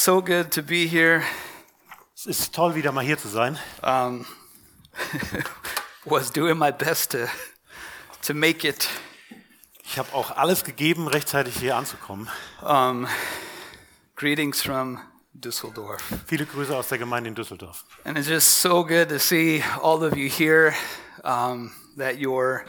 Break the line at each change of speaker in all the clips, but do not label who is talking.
so good to be here.
Es ist toll, wieder mal hier zu sein.
Was doing my best to make it.
Ich habe auch alles gegeben, rechtzeitig hier anzukommen.
Greetings from Düsseldorf.
Viele Grüße aus der Gemeinde in Düsseldorf.
And it's just so good to see all of you here, that you're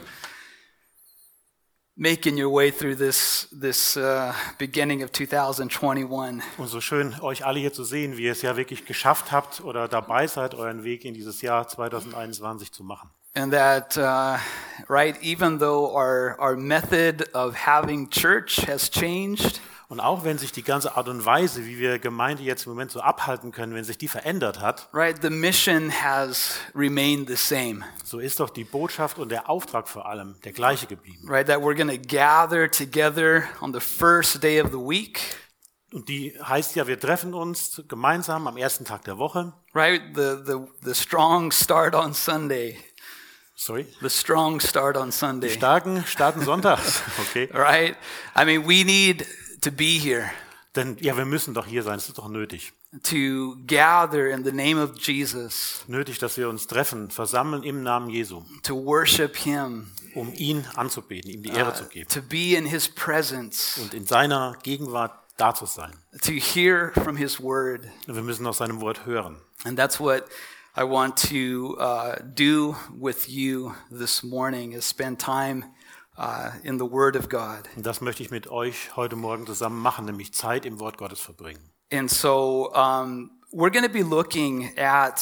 making your way through this beginning of 2021.
Und so schön, euch alle hier zu sehen, wie ihr es ja wirklich geschafft habt oder dabei seid, euren Weg in dieses Jahr 2021 zu machen.
And that, right, even though our method of having church has changed,
Und auch wenn sich die ganze Art und Weise, wie wir Gemeinde jetzt im Moment so abhalten können, wenn sich die verändert hat,
right, the mission has remained the same.
so ist doch die Botschaft und der Auftrag vor allem der gleiche geblieben.
Right, that we're going to gather together on the first day of the week.
Und die heißt ja, wir treffen uns gemeinsam am ersten Tag der Woche.
Right, the strong start on Sunday.
Sorry?
The strong start on
Die
Sunday.
Starken starten sonntags. Okay.
Right? I mean, we need to be here
Denn ja, wir müssen doch hier sein, es ist doch nötig.
to gather in the name of Jesus,
Nötig, dass wir uns treffen, versammeln im Namen Jesu,
to worship Him,
um ihn anzubeten, ihm die Ehre zu geben
to be in His presence,
und in seiner Gegenwart da zu sein.
to hear from His Word.
Und wir müssen aus seinem Wort hören.
And that's what I want to do with you this morning, is spend time in the Word of God.
Und das möchte ich mit euch heute Morgen zusammen machen, nämlich Zeit im Wort Gottes verbringen.
And so we're going to be looking at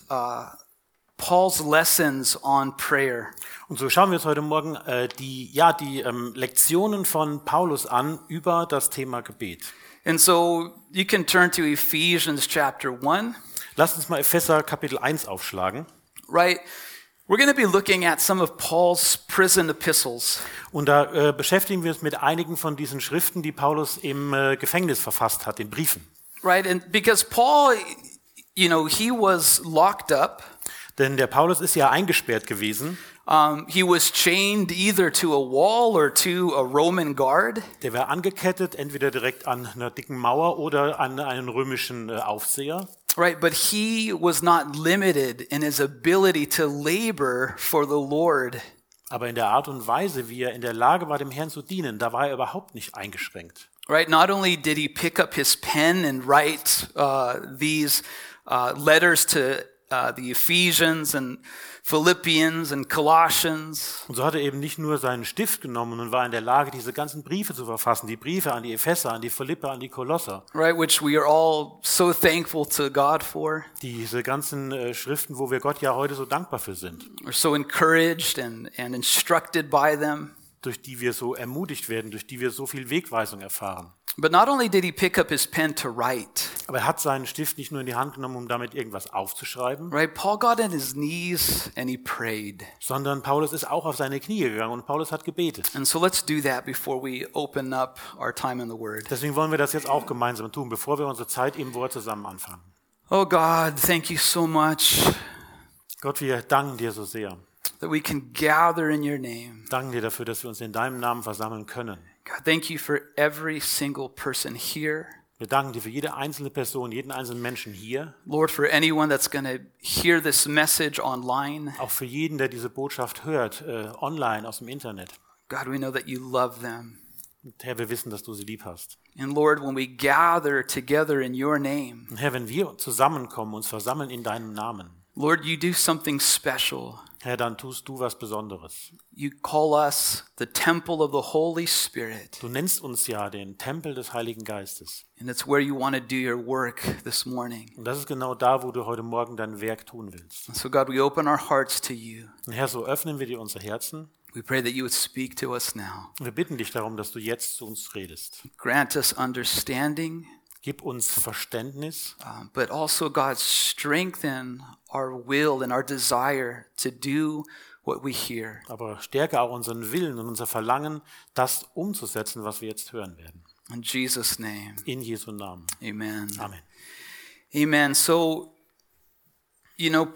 Paul's lessons on prayer.
Und so schauen wir uns heute Morgen die Lektionen von Paulus an über das Thema Gebet.
And so you can turn to Ephesians chapter 1,
Lasst uns mal Epheser Kapitel 1 aufschlagen.
right? We're going to be looking at some of Paul's prison epistles.
Und da beschäftigen wir uns mit einigen von diesen Schriften, die Paulus im Gefängnis verfasst hat, den Briefen.
Right? And because Paul, he was locked up.
Denn der Paulus ist ja eingesperrt gewesen.
He was chained either to a wall or to a Roman guard.
Der war angekettet, entweder direkt an einer dicken Mauer oder an einen römischen Aufseher.
Right, but he was not limited in his ability to labor for the Lord.
Aber in der Art und Weise, wie er in der Lage war, dem Herrn zu dienen, da war er überhaupt nicht eingeschränkt.
Right, not only did he pick up his pen and write these letters to the Ephesians and Philippians and Colossians.
Und so hat er eben nicht nur seinen Stift genommen und war in der Lage, diese ganzen Briefe zu verfassen, die Briefe an die Epheser, an die Philipper, an die Kolosser.
Right, which we are all so thankful to God for.
Diese ganzen Schriften, wo wir Gott ja heute so dankbar für sind,
We're so encouraged and instructed by them.
durch die wir so ermutigt werden, durch die wir so viel Wegweisung erfahren.
But not only did he pick up his pen to write,
Aber er hat seinen Stift nicht nur in die Hand genommen, um damit irgendwas aufzuschreiben,
right? Paul got on his knees and he prayed.
sondern Paulus ist auch auf seine Knie gegangen und Paulus hat gebetet.
And so let's do that before we open up our time in the Word.
Deswegen wollen wir das jetzt auch gemeinsam tun, bevor wir unsere Zeit im Wort zusammen anfangen.
Oh God, thank you so much
Gott, wir danken dir so sehr.
that we can gather in your name.
Danken dir dafür, dass wir uns in deinem Namen versammeln können.
God, thank you for every single person here.
Wir danken dir für jede einzelne Person, jeden einzelnen Menschen hier,
Lord, for anyone that's going to hear this message online.
auch für jeden, der diese Botschaft hört, online, aus dem Internet.
God, we know that you love them.
Und Herr, wir wissen, dass du sie lieb hast.
And Lord, when we gather together in your name,
Und Herr, wenn wir zusammenkommen, uns versammeln in deinem Namen,
Lord, you do something special.
Herr, dann tust du was Besonderes.
You call us the temple of the Holy Spirit.
Du nennst uns ja den Tempel des Heiligen Geistes.
And it's where you want to do your work this morning.
Und das ist genau da, wo du heute Morgen dein Werk tun willst.
And so God, we open our hearts to you.
Und Herr, so öffnen wir dir unsere Herzen.
We pray that you would speak to us now.
Und wir bitten dich darum, dass du jetzt zu uns redest.
Grant us understanding,
Gib uns Verständnis,
but also, God, strengthen our will and our desire to do what we hear.
aber stärke auch unseren Willen und unser Verlangen, das umzusetzen, was wir jetzt hören werden.
In Jesus' name,
In Jesu Namen.
amen.
Amen.
Amen. So,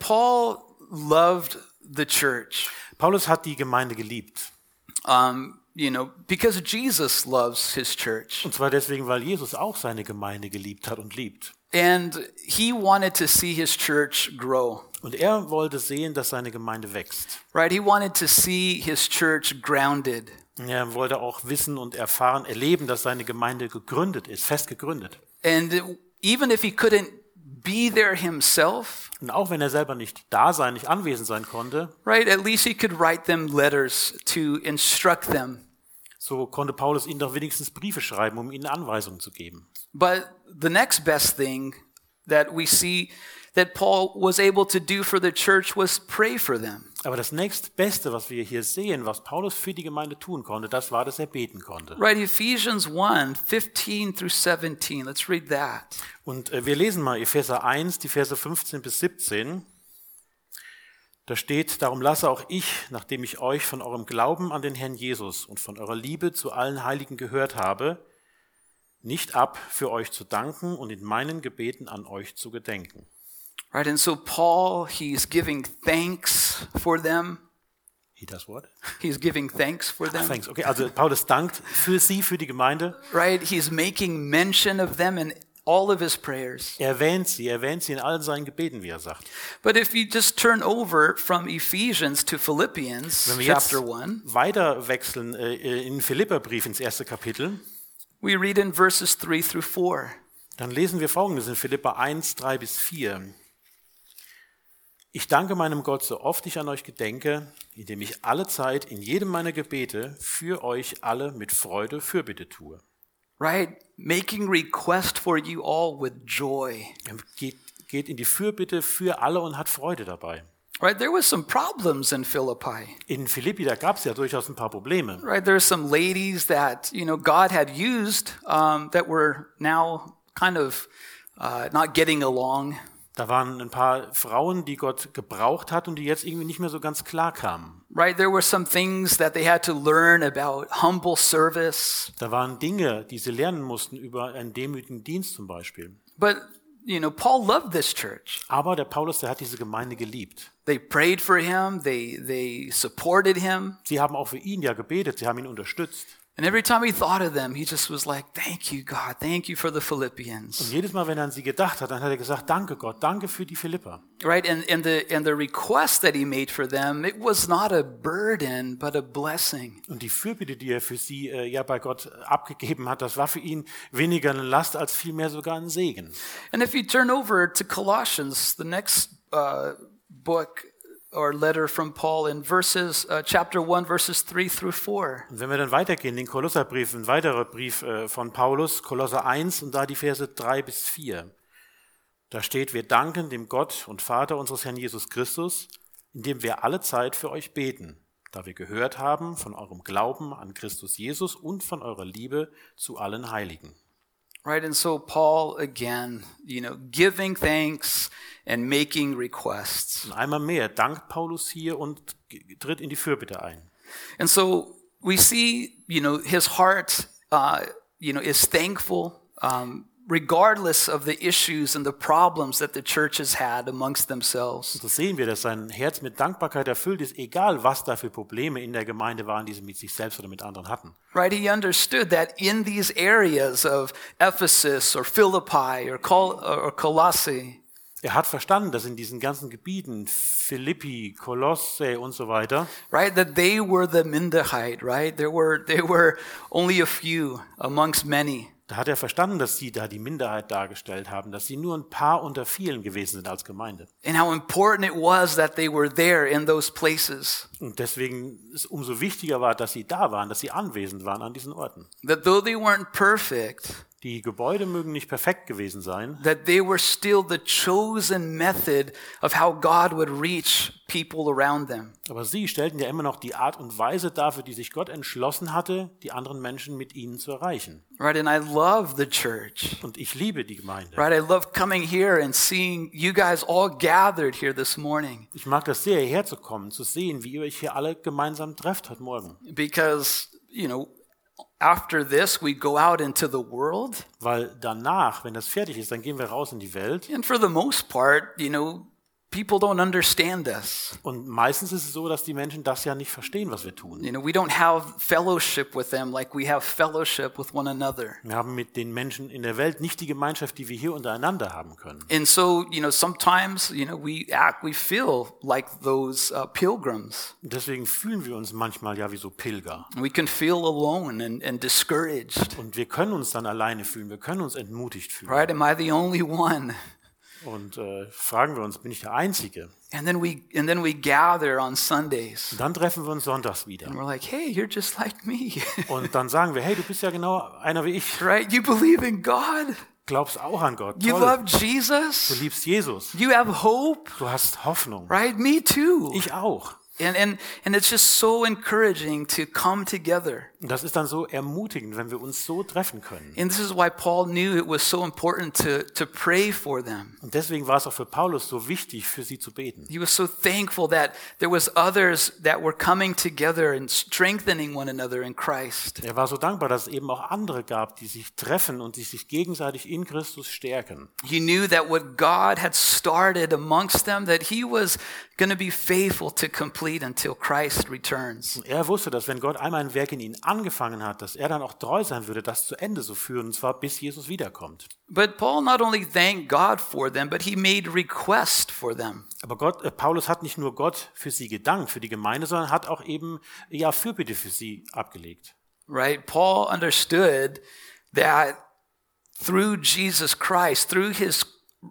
Paul loved the church.
Paulus hat die Gemeinde geliebt.
because Jesus loves his church.
Und zwar deswegen, weil Jesus auch seine Gemeinde geliebt hat und liebt.
And he wanted to see his church grow.
Und er wollte sehen, dass seine Gemeinde wächst.
Right? He wanted to see his church grounded.
Er wollte auch wissen und erfahren, erleben, dass seine Gemeinde gegründet ist, fest gegründet.
And even if he couldn't be there himself,
Und auch wenn er selber nicht da sein, nicht anwesend sein konnte,
right, at least he could write them letters to instruct them.
so konnte Paulus ihnen doch wenigstens Briefe schreiben, um ihnen Anweisungen zu geben.
But the next best thing that we see that Paul was able to do for the church was pray for them.
Aber das nächstbeste, was wir hier sehen, was Paulus für die Gemeinde tun konnte, das war, dass er beten konnte.
Right, Ephesians 1:15 through 17. Let's read that.
Und wir lesen mal Epheser 1, die Verse 15 bis 17. Da steht, darum lasse auch ich, nachdem ich euch von eurem Glauben an den Herrn Jesus und von eurer Liebe zu allen Heiligen gehört habe, nicht ab, für euch zu danken und in meinen Gebeten an euch zu gedenken.
Right, and so Paul, he's giving thanks for them.
He does what?
He's giving thanks for them.
Thanks. Okay, also Paulus dankt für sie, für die Gemeinde.
Right, he's making mention of them in all of his prayers.
Er erwähnt sie in allen seinen Gebeten, wie er sagt.
But if you just turn over from Ephesians to Philippians,
Wenn wir jetzt
chapter 1,
weiter wechseln in den Philipperbrief ins erste Kapitel,
we read in verses 3 through 4.
dann lesen wir Folgendes in Philipper 1, 3 bis 4. Ich danke meinem Gott, so oft ich an euch gedenke, indem ich alle Zeit in jedem meiner Gebete für euch alle mit Freude Fürbitte tue.
Right, making request for you all with joy.
Er geht in die Fürbitte für alle und hat Freude dabei.
Right, there was some problems in Philippi.
In Philippi, da gab es ja durchaus ein paar Probleme.
Right, there were some ladies that God had used that were now kind of not getting along.
Da waren ein paar Frauen, die Gott gebraucht hat und die jetzt irgendwie nicht mehr so ganz klar kamen.
Right, there were some things that they had to learn about humble service.
Da waren Dinge, die sie lernen mussten über einen demütigen Dienst zum Beispiel.
But Paul loved this church.
Aber der Paulus, der hat diese Gemeinde geliebt.
They prayed for him. They supported him.
Sie haben auch für ihn ja gebetet, sie haben ihn unterstützt.
And every time he thought of them, he just was like, "Thank you, God. Thank you for the
Und
Philippians."
jedes Mal, wenn er an sie gedacht hat, dann hat er gesagt, danke Gott, danke für die Philipper.
Right, and the request that he made for them, it was not a burden, but a blessing.
Und die Fürbitte, die er für sie ja bei Gott abgegeben hat, das war für ihn weniger eine Last als vielmehr sogar ein Segen.
And if you turn over to Colossians, the next book or letter from Paul in chapter 1, verses 3 through 4.
Und wenn wir dann weitergehen, den Kolosserbrief, ein weiterer Brief von Paulus, Kolosser 1 und da die Verse 3 bis 4. Da steht, wir danken dem Gott und Vater unseres Herrn Jesus Christus, indem wir alle Zeit für euch beten, da wir gehört haben von eurem Glauben an Christus Jesus und von eurer Liebe zu allen Heiligen.
Right, and so Paul again, giving thanks and making requests.
Und einmal mehr dankt Paulus hier und tritt in die Fürbitte ein.
And so we see, his heart, is thankful, regardless of the issues and the problems that the church has had amongst themselves.
So sehen wir, dass sein Herz mit Dankbarkeit erfüllt ist, egal was da für Probleme in der Gemeinde waren, die sie mit sich selbst oder mit anderen hatten.
Right, he understood that in these areas of Ephesus or Philippi or Colossae,
Er hat verstanden, dass in diesen ganzen Gebieten, Philippi, Kolosse und so weiter,
right, that they were the Minderheit, right? They were only a few amongst many.
da hat er verstanden, dass sie da die Minderheit dargestellt haben, dass sie nur ein paar unter vielen gewesen sind als Gemeinde.
And how important it was that they were there in those places.
Und deswegen es umso wichtiger war, dass sie da waren, dass sie anwesend waren an diesen Orten.
That though they weren't perfect,
Die Gebäude mögen nicht perfekt gewesen sein,
that they were still the chosen method of how God would reach people around them.
aber sie stellten ja immer noch die Art und Weise dar, für die sich Gott entschlossen hatte, die anderen Menschen mit ihnen zu erreichen.
Right, and I love the church.
Und ich liebe die Gemeinde.
Right, I love coming here and seeing you guys all gathered here this morning.
Ich mag das sehr, hierher zu kommen, zu sehen, wie ihr euch hier alle gemeinsam trefft heute Morgen.
Because, after this we go out into the world.
Weil danach, wenn das fertig ist, dann gehen wir raus in die Welt.
And for the most part, people don't understand us.
Und meistens ist es so, dass die Menschen das ja nicht verstehen, was wir tun.
You know, we don't have fellowship with them like we have fellowship with one another.
Wir haben mit den Menschen in der Welt nicht die Gemeinschaft, die wir hier untereinander haben können.
And so, you know, sometimes, you know, we feel like those pilgrims.
Und deswegen fühlen wir uns manchmal ja wie so Pilger.
We can feel alone and discouraged.
Und wir können uns dann alleine fühlen, wir können uns entmutigt fühlen.
Right? Am I the only one?
Und fragen wir uns, bin ich der Einzige?
And then we gather on Sundays.
Und dann treffen wir uns sonntags wieder.
And we're like, hey, you're just like me.
Und dann sagen wir, hey, du bist ja genau einer wie ich.
Right? You believe in God.
Glaubst auch an Gott.
You
Toll.
love
Du
Jesus.
liebst Jesus.
You have hope.
Du hast Hoffnung.
Right? Me too.
Ich auch.
And it's just so encouraging to come together.
Und das ist dann so ermutigend, wenn wir uns so treffen können.
And this is why Paul knew it was so important to pray for them.
Und deswegen war es auch für Paulus so wichtig, für sie zu beten.
He was so thankful that there was others that were coming together and strengthening one another in Christ.
Er war so dankbar, dass es eben auch andere gab, die sich treffen und die sich gegenseitig in Christus stärken.
He knew that what God had started amongst them, that he was going to be faithful to complete until Christ returns.
Und er wusste, dass wenn Gott einmal ein Werk in ihnen angefangen hat, dass er dann auch treu sein würde, das zu Ende zu führen, und zwar bis Jesus wiederkommt.
But Paul not only thanked God for them, but he made request for them.
Aber Paulus hat nicht nur Gott für sie gedankt, für die Gemeinde, sondern hat auch eben Fürbitte für sie abgelegt.
Right? Paul understood that through Jesus Christ, through his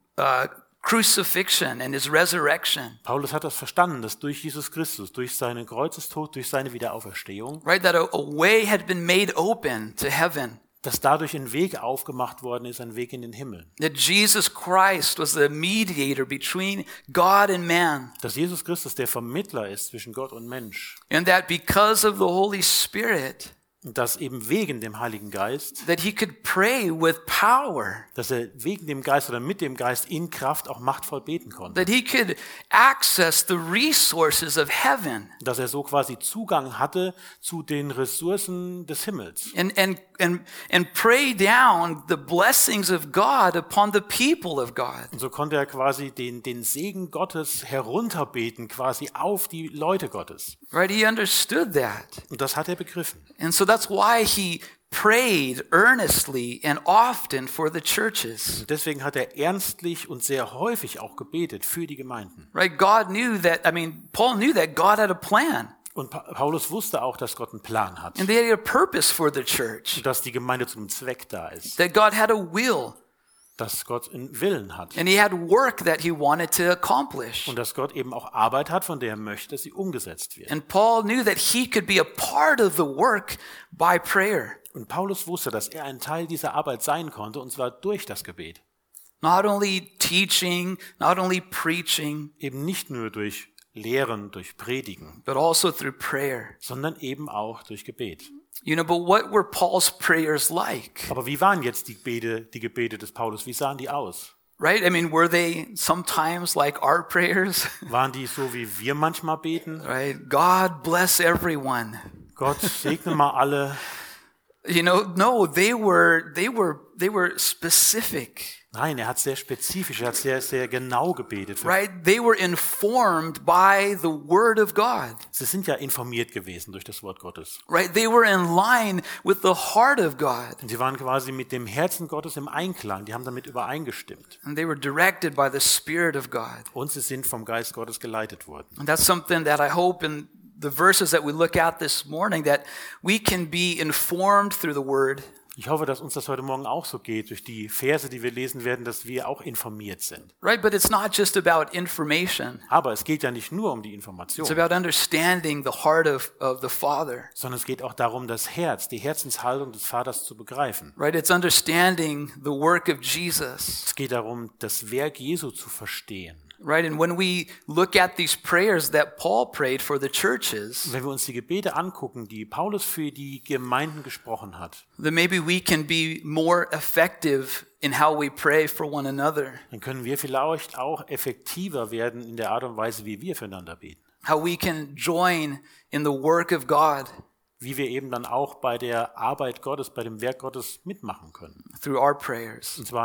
crucifixion and his resurrection,
Paulus hat das verstanden, dass durch Jesus Christus, durch seinen Kreuzestod, durch seine Wiederauferstehung,
right, that a way had been made open to heaven.
dass dadurch ein Weg aufgemacht worden ist, ein Weg in den Himmel.
That Jesus Christ was the mediator between God and man.
Dass Jesus Christus der Vermittler ist zwischen Gott und Mensch.
And that because of the Holy Spirit,
Und dass eben wegen dem Heiligen Geist,
that he could pray with power.
dass er wegen dem Geist oder mit dem Geist in Kraft auch machtvoll beten konnte.
That he could access the resources of heaven.
Dass er so quasi Zugang hatte zu den Ressourcen des Himmels.
And pray down the blessings of God upon the people of God.
Und so konnte er quasi den Segen Gottes herunterbeten, quasi auf die Leute Gottes.
Right? He understood that.
Und das hat er begriffen.
And so that's why he prayed earnestly and often for the churches.
Und deswegen hat er ernstlich und sehr häufig auch gebetet für die Gemeinden.
Right? Paul knew that God had a plan.
Und Paulus wusste auch, dass Gott einen Plan hat.
And they had a purpose for the church.
Und dass die Gemeinde zu einem Zweck da ist.
That God had a will.
Dass Gott einen Willen hat.
And he had work that he wanted to accomplish.
Und dass Gott eben auch Arbeit hat, von der er möchte, dass sie umgesetzt wird.
And Paul knew that he could be a part of the work by prayer.
Und Paulus wusste, dass er ein Teil dieser Arbeit sein konnte, und zwar durch das Gebet.
Not only teaching, not only preaching,
Eben nicht nur durch Lehren, durch Predigen,
but also through prayer.
sondern eben auch durch Gebet.
You know, but what were Paul's prayers like?
Aber wie waren jetzt die Gebete des Paulus? Wie sahen die aus?
Right? I mean, were they sometimes like our prayers?
Waren die so, wie wir manchmal beten?
Right? God bless everyone.
Gott segne mal alle.
You know, no, they were specific.
Nein, er hat sehr spezifisch, er hat sehr, sehr genau gebetet.
Right? They were informed by the word of God.
Sie sind ja informiert gewesen durch das Wort Gottes.
Right? They were in line with the heart of God.
Und sie waren quasi mit dem Herzen Gottes im Einklang. Die haben damit übereingestimmt.
And they were directed by the Spirit of God.
Und sie sind vom Geist Gottes geleitet worden.
And that's something that I hope in the verses that we look at this morning, that we can be informed through the word.
Ich hoffe, dass uns das heute Morgen auch so geht, durch die Verse, die wir lesen werden, dass wir auch informiert sind.
Right? But it's not just about information.
Aber es geht ja nicht nur um die
It's
Information,
about understanding the heart of the Father.
sondern es geht auch darum, das Herz, die Herzenshaltung des Vaters zu begreifen.
Right? It's understanding the work of Jesus.
Es geht darum, das Werk Jesu zu verstehen.
Right? And when we look at these prayers that Paul prayed for the churches,
Wenn wir uns die Gebete angucken, die Paulus für die Gemeinden gesprochen hat,
then maybe we can be more effective in how we pray for one another.
dann können wir vielleicht auch effektiver werden in der Art und Weise, wie wir füreinander beten.
How we can join in the work of God
Wie wir eben dann auch bei der Arbeit Gottes, bei dem Werk Gottes mitmachen können.
through our prayers.
Und zwar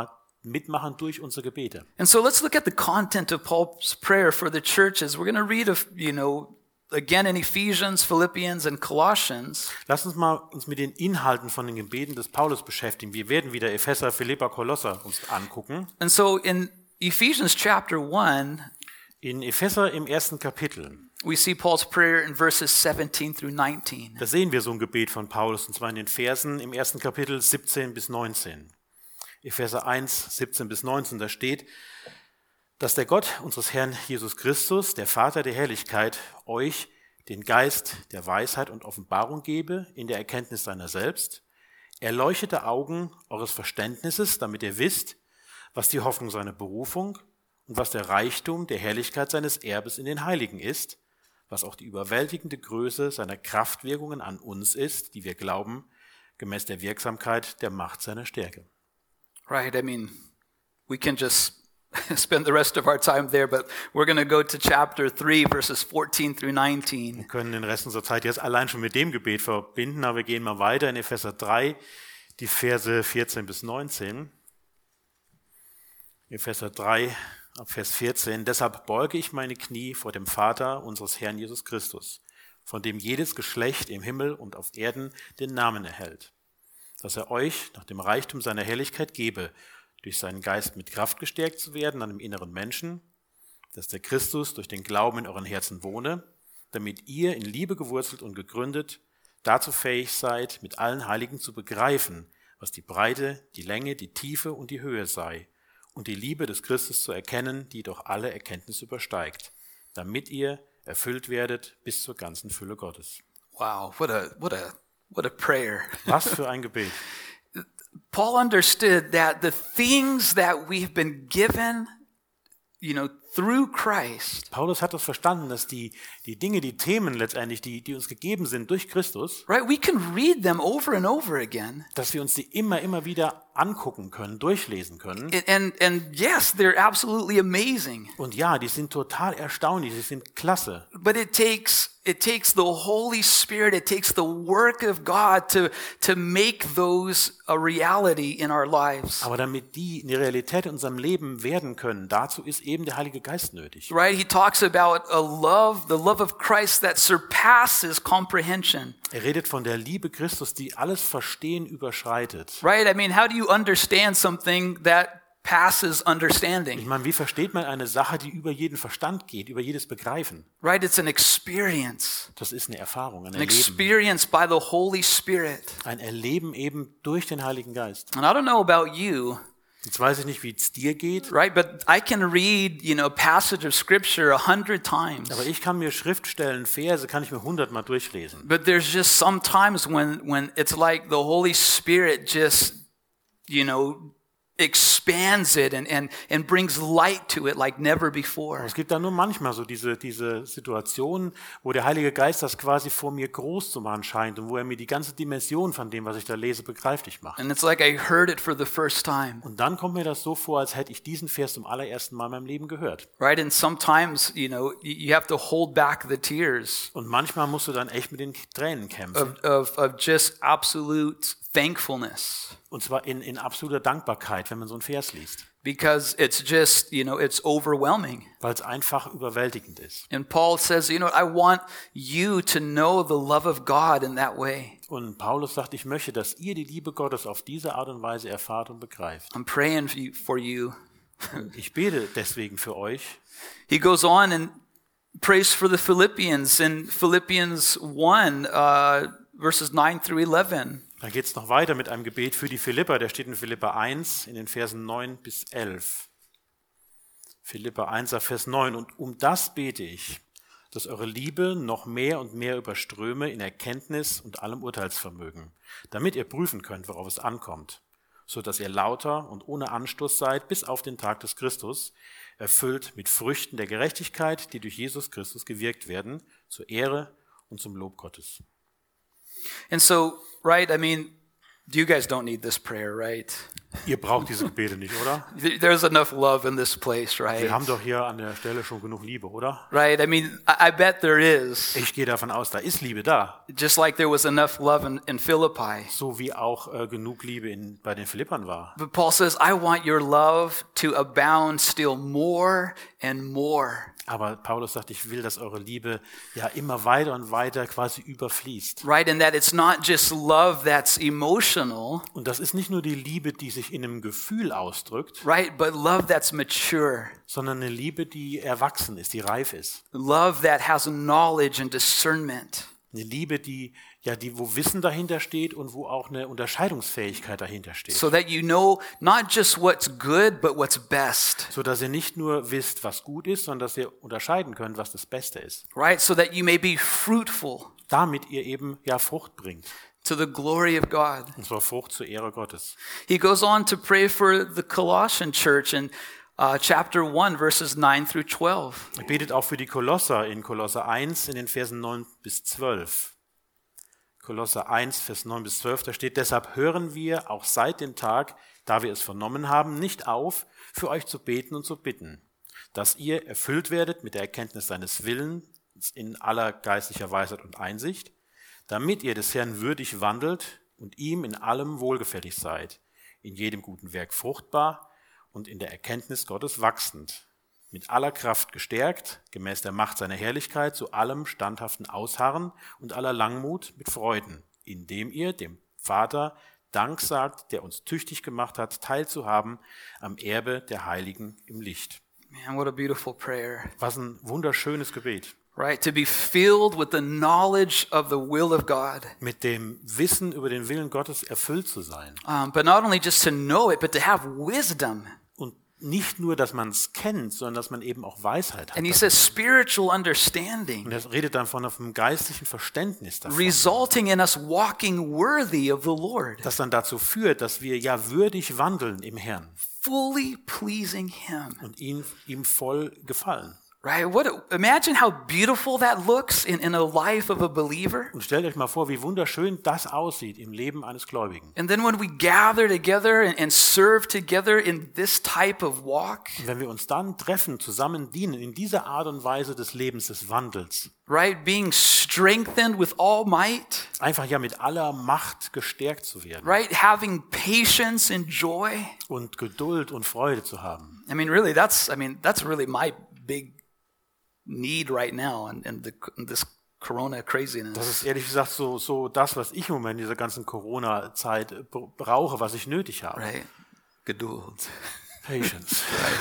mitmachen durch unsere Gebete.
And so let's look at the content of Paul's prayer for the churches. We're going to read, again in Ephesians, Philippians, and Colossians.
Lass uns mal uns mit den Inhalten von den Gebeten des Paulus beschäftigen. Wir werden wieder Epheser, Philipper, Kolosser uns angucken.
And so in Ephesians chapter 1,
in Epheser im 1. Kapitel,
we see Paul's prayer in verses 17 through 19.
Da sehen wir so ein Gebet von Paulus, und zwar in den Versen im 1. Kapitel 17 bis 19. Epheser 1, 17 bis 19, da steht, dass der Gott unseres Herrn Jesus Christus, der Vater der Herrlichkeit, euch den Geist der Weisheit und Offenbarung gebe in der Erkenntnis seiner selbst, erleuchtete Augen eures Verständnisses, damit ihr wisst, was die Hoffnung seiner Berufung und was der Reichtum der Herrlichkeit seines Erbes in den Heiligen ist, was auch die überwältigende Größe seiner Kraftwirkungen an uns ist, die wir glauben, gemäß der Wirksamkeit der Macht seiner Stärke.
Right, we can just spend the rest of our time there, but we're going to go to chapter 3, verses 14 through 19.
Wir können den Rest unserer Zeit jetzt allein schon mit dem Gebet verbinden, aber wir gehen mal weiter in Epheser 3, die Verse 14 bis 19. Epheser 3, ab Vers 14. Deshalb beuge ich meine Knie vor dem Vater unseres Herrn Jesus Christus, von dem jedes Geschlecht im Himmel und auf Erden den Namen erhält, dass er euch nach dem Reichtum seiner Herrlichkeit gebe, durch seinen Geist mit Kraft gestärkt zu werden an dem inneren Menschen, dass der Christus durch den Glauben in euren Herzen wohne, damit ihr in Liebe gewurzelt und gegründet dazu fähig seid, mit allen Heiligen zu begreifen, was die Breite, die Länge, die Tiefe und die Höhe sei, und die Liebe des Christus zu erkennen, die doch alle Erkenntnis übersteigt, damit ihr erfüllt werdet bis zur ganzen Fülle Gottes.
Wow, what a prayer.
Was für ein Gebet.
Paul understood that the things that we've been given, through Christ,
Paulus hat das verstanden, dass die Dinge, die Themen letztendlich, die uns gegeben sind durch Christus,
right? We can read them over and over again.
dass wir uns die immer wieder angucken können, durchlesen können.
And yes, they're absolutely amazing.
Und ja, die sind total erstaunlich, die sind klasse.
But it takes the Holy Spirit, it takes the work of God to make those a reality in our lives.
Aber damit die eine Realität in unserem Leben werden können, dazu ist eben der Heilige Geist nötig.
Right? He talks about the love of Christ that surpasses comprehension.
Er redet von der Liebe Christus, die alles Verstehen überschreitet.
Right? How do you understand something that passes understanding?
Ich meine, wie versteht man eine Sache, die über jeden Verstand geht, über jedes Begreifen?
Right? It's an experience.
Das ist eine Erfahrung, ein
An
Erleben.
experience by the Holy Spirit.
Ein Erleben eben durch den Heiligen Geist.
And I don't know about you,
Jetzt weiß ich nicht, wie es dir geht,
right? But I can read, a passage of scripture 100 times.
aber ich kann mir Schriftstellen, Verse, kann ich mir 100-mal durchlesen.
But there's just some times when it's like the Holy Spirit just, expands it and brings light to it like never before.
Es gibt da nur manchmal so diese Situationen, wo der Heilige Geist das quasi vor mir groß zu machen scheint und wo er mir die ganze Dimension von dem, was ich da lese, begreiflich macht.
And it's like I heard it for the first time.
Und dann kommt mir das so vor, als hätte ich diesen Vers zum allerersten Mal in meinem Leben gehört.
Right? And sometimes, you have to hold back the tears
Und manchmal musst du dann echt mit den Tränen kämpfen.
of just absolute thankfulness.
Und zwar in absoluter Dankbarkeit, wenn man so einen Vers liest.
Because it's just, it's overwhelming.
Weil es einfach überwältigend ist.
And Paul says, I want you to know the love of God in that way.
Und Paulus sagt, ich möchte, dass ihr die Liebe Gottes auf diese Art und Weise erfahrt und begreift.
I'm praying for you.
Ich bete deswegen für euch.
He goes on and prays for the Philippians in Philippians 1, verses 9 through 11.
Dann geht es noch weiter mit einem Gebet für die Philipper. Der steht in Philipper 1 in den Versen 9 bis 11. Philipper 1, Vers 9. Und um das bete ich, dass eure Liebe noch mehr und mehr überströme in Erkenntnis und allem Urteilsvermögen, damit ihr prüfen könnt, worauf es ankommt, so dass ihr lauter und ohne Anstoß seid bis auf den Tag des Christus, erfüllt mit Früchten der Gerechtigkeit, die durch Jesus Christus gewirkt werden, zur Ehre und zum Lob Gottes.
And so, right, you guys don't need this prayer, right?
Ihr braucht diese Gebete nicht, oder?
There's enough love in this place, right?
Wir haben doch hier an der Stelle schon genug Liebe, oder?
Right? I mean, I bet there is.
Ich gehe davon aus, da ist Liebe da.
Just like there was enough love in Philippi.
So wie auch genug Liebe bei den Philippern war.
But Paul says, I want your love to abound still more and more.
Aber Paulus sagt, ich will, dass eure Liebe ja immer weiter und weiter quasi überfließt.
Right? And that it's not just love that's emotional.
Und das ist nicht nur die Liebe, die sich in einem Gefühl ausdrückt,
Right? But love that's mature.
sondern eine Liebe, die erwachsen ist, die reif ist.
Love that has knowledge and discernment.
Eine Liebe, wo Wissen dahinter steht und wo auch eine Unterscheidungsfähigkeit dahinter steht.
So that you know not just what's good, but what's best.
So dass ihr nicht nur wisst, was gut ist, sondern dass ihr unterscheiden könnt, was das Beste ist.
Right? So that you may be fruitful
Damit ihr eben ja Frucht bringt.
to the glory of God.
Und zwar Frucht zur Ehre Gottes.
He goes on to pray for the Colossian church in chapter 1, verses 9 through 12.
Er betet auch für die Kolosser in Kolosser 1 in den Versen 9 bis 12. Kolosser 1, Vers 9 bis 12, da steht, deshalb hören wir auch seit dem Tag, da wir es vernommen haben, nicht auf, für euch zu beten und zu bitten, dass ihr erfüllt werdet mit der Erkenntnis seines Willens in aller geistlicher Weisheit und Einsicht, damit ihr des Herrn würdig wandelt und ihm in allem wohlgefällig seid, in jedem guten Werk fruchtbar und in der Erkenntnis Gottes wachsend, mit aller Kraft gestärkt, gemäß der Macht seiner Herrlichkeit, zu allem standhaften Ausharren und aller Langmut mit Freuden, indem ihr dem Vater Dank sagt, der uns tüchtig gemacht hat, teilzuhaben am Erbe der Heiligen im Licht.
Man, what a beautiful prayer.
Was ein wunderschönes Gebet.
Right? To be filled with the knowledge of the will of God.
Mit dem Wissen über den Willen Gottes erfüllt zu sein.
But not only just to know it, but to have wisdom.
Und nicht nur, dass man es kennt, sondern dass man eben auch Weisheit hat.
And he
davon.
says spiritual
Und
understanding,
er redet dann von einem geistlichen Verständnis davon,
resulting in us walking worthy of the Lord,
das dann dazu führt, dass wir ja würdig wandeln im Herrn
fully pleasing him.
und ihm voll gefallen.
Right? Imagine how beautiful that looks in a life of a believer.
Und stellt euch mal vor, wie wunderschön das aussieht im Leben eines Gläubigen.
And then when we gather together and serve together in this type of walk,
Und wenn wir uns dann treffen, zusammen dienen, in dieser Art und Weise des Lebens, des Wandels,
right? Being strengthened with all might,
einfach ja mit aller Macht gestärkt zu werden
right? Having patience and joy.
und Geduld und Freude zu haben.
I mean, really, that's really my big need right now in this Corona
Das
craziness.
ist ehrlich gesagt so das, was ich im Moment in dieser ganzen Corona-Zeit brauche, was ich nötig habe.
Right? Geduld.
Patience.